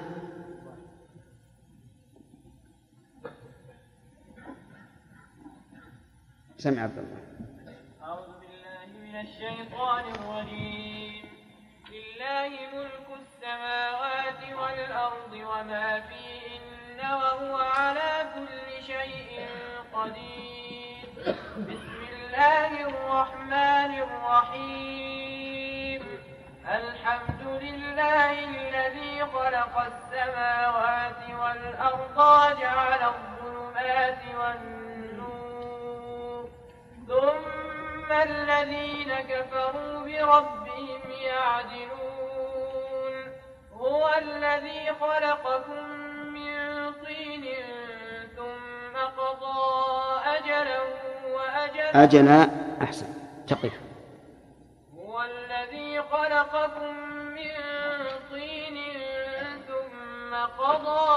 سمع عبد الله. أعوذ بالله من الشيطان الرجيم. لله ملك السماوات والأرض وما فيهن وهو على كل شيء قدير. بسم الله الرحمن الرحيم. الحمد لله الذي خلق السماوات والأرض وجعل الظلمات والنور ثم الذين كفروا بربهم يعدلون. هو الذي خلقكم من طين ثم قضى أجلا وأجلا أجلا أحسن تقف. هو الذي خلقكم من طين ثم قضى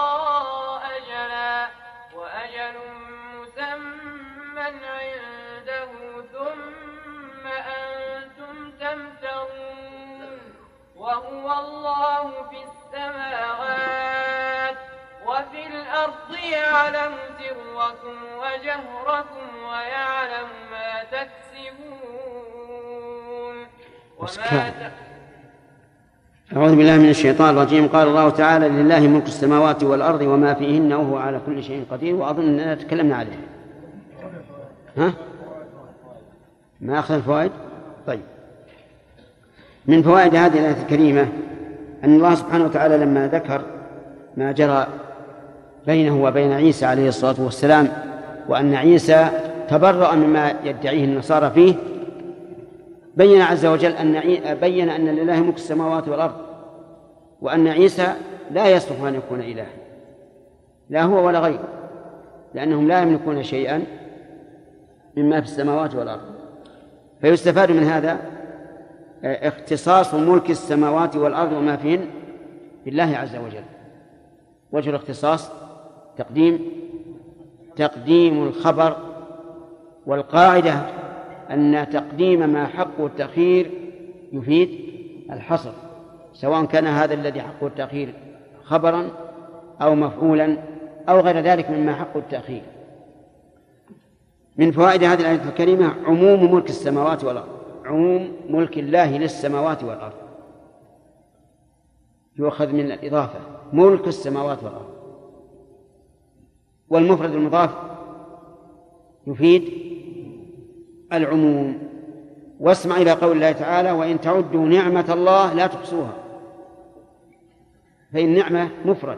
أجلا وأجل مسمى عنده ثم أنتم تمترون. وهو الله في السماوات وفي الأرض يعلم سركم وجهركم ويعلم ما تكسبون وما ت... أعوذ بالله من الشيطان الرجيم. قال الله تعالى لله ملك السماوات والأرض وما فيهن وهو على كل شيء قدير. وأظن أننا تكلمنا عليه. ها؟ ما أخذ الفوائد؟ طيب، من فوائد هذه الآية الكريمة أن الله سبحانه وتعالى لما ذكر ما جرى بينه وبين عيسى عليه الصلاة والسلام وأن عيسى تبرأ مما يدعيه النصارى فيه، بين عز وجل أن بين أن لله ملك السماوات والأرض، وأن عيسى لا يصلح أن يكون إله، لا هو ولا غيره، لأنهم لا يملكون شيئا مما في السماوات والأرض. فيستفاد من هذا اختصاص ملك السماوات والأرض وما فيهن بالله عز وجل. وجه الاختصاص تقديم تقديم الخبر، والقاعدة أن تقديم ما حقه التأخير يفيد الحصر، سواء كان هذا الذي حقه التأخير خبرا أو مفعولا أو غير ذلك مما حقه التأخير. من فوائد هذه الآية الكريمة عموم ملك السماوات والأرض، عموم ملك الله للسماوات والأرض يؤخذ من الإضافة، ملك السماوات والأرض. والمفرد المضاف يفيد العموم. واسمع إلى قول الله تعالى وإن تعدوا نعمة الله لا تحصوها. فإن النعمة مفرد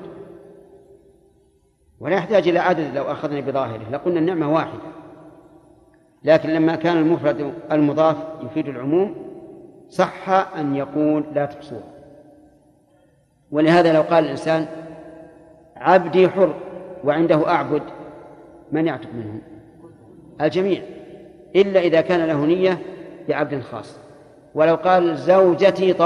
ولا يحتاج إلى عدد. لو أخذنا بظاهره لقلنا النعمة واحدة، لكن لما كان المفرد المضاف يفيد العموم صح أن يقول لا تحصوها. ولهذا لو قال الإنسان عبدي حر وعنده أعبد، من يعتق منهم؟ الجميع، إلا إذا كان له نية بعبد خاص. ولو قال زوجتي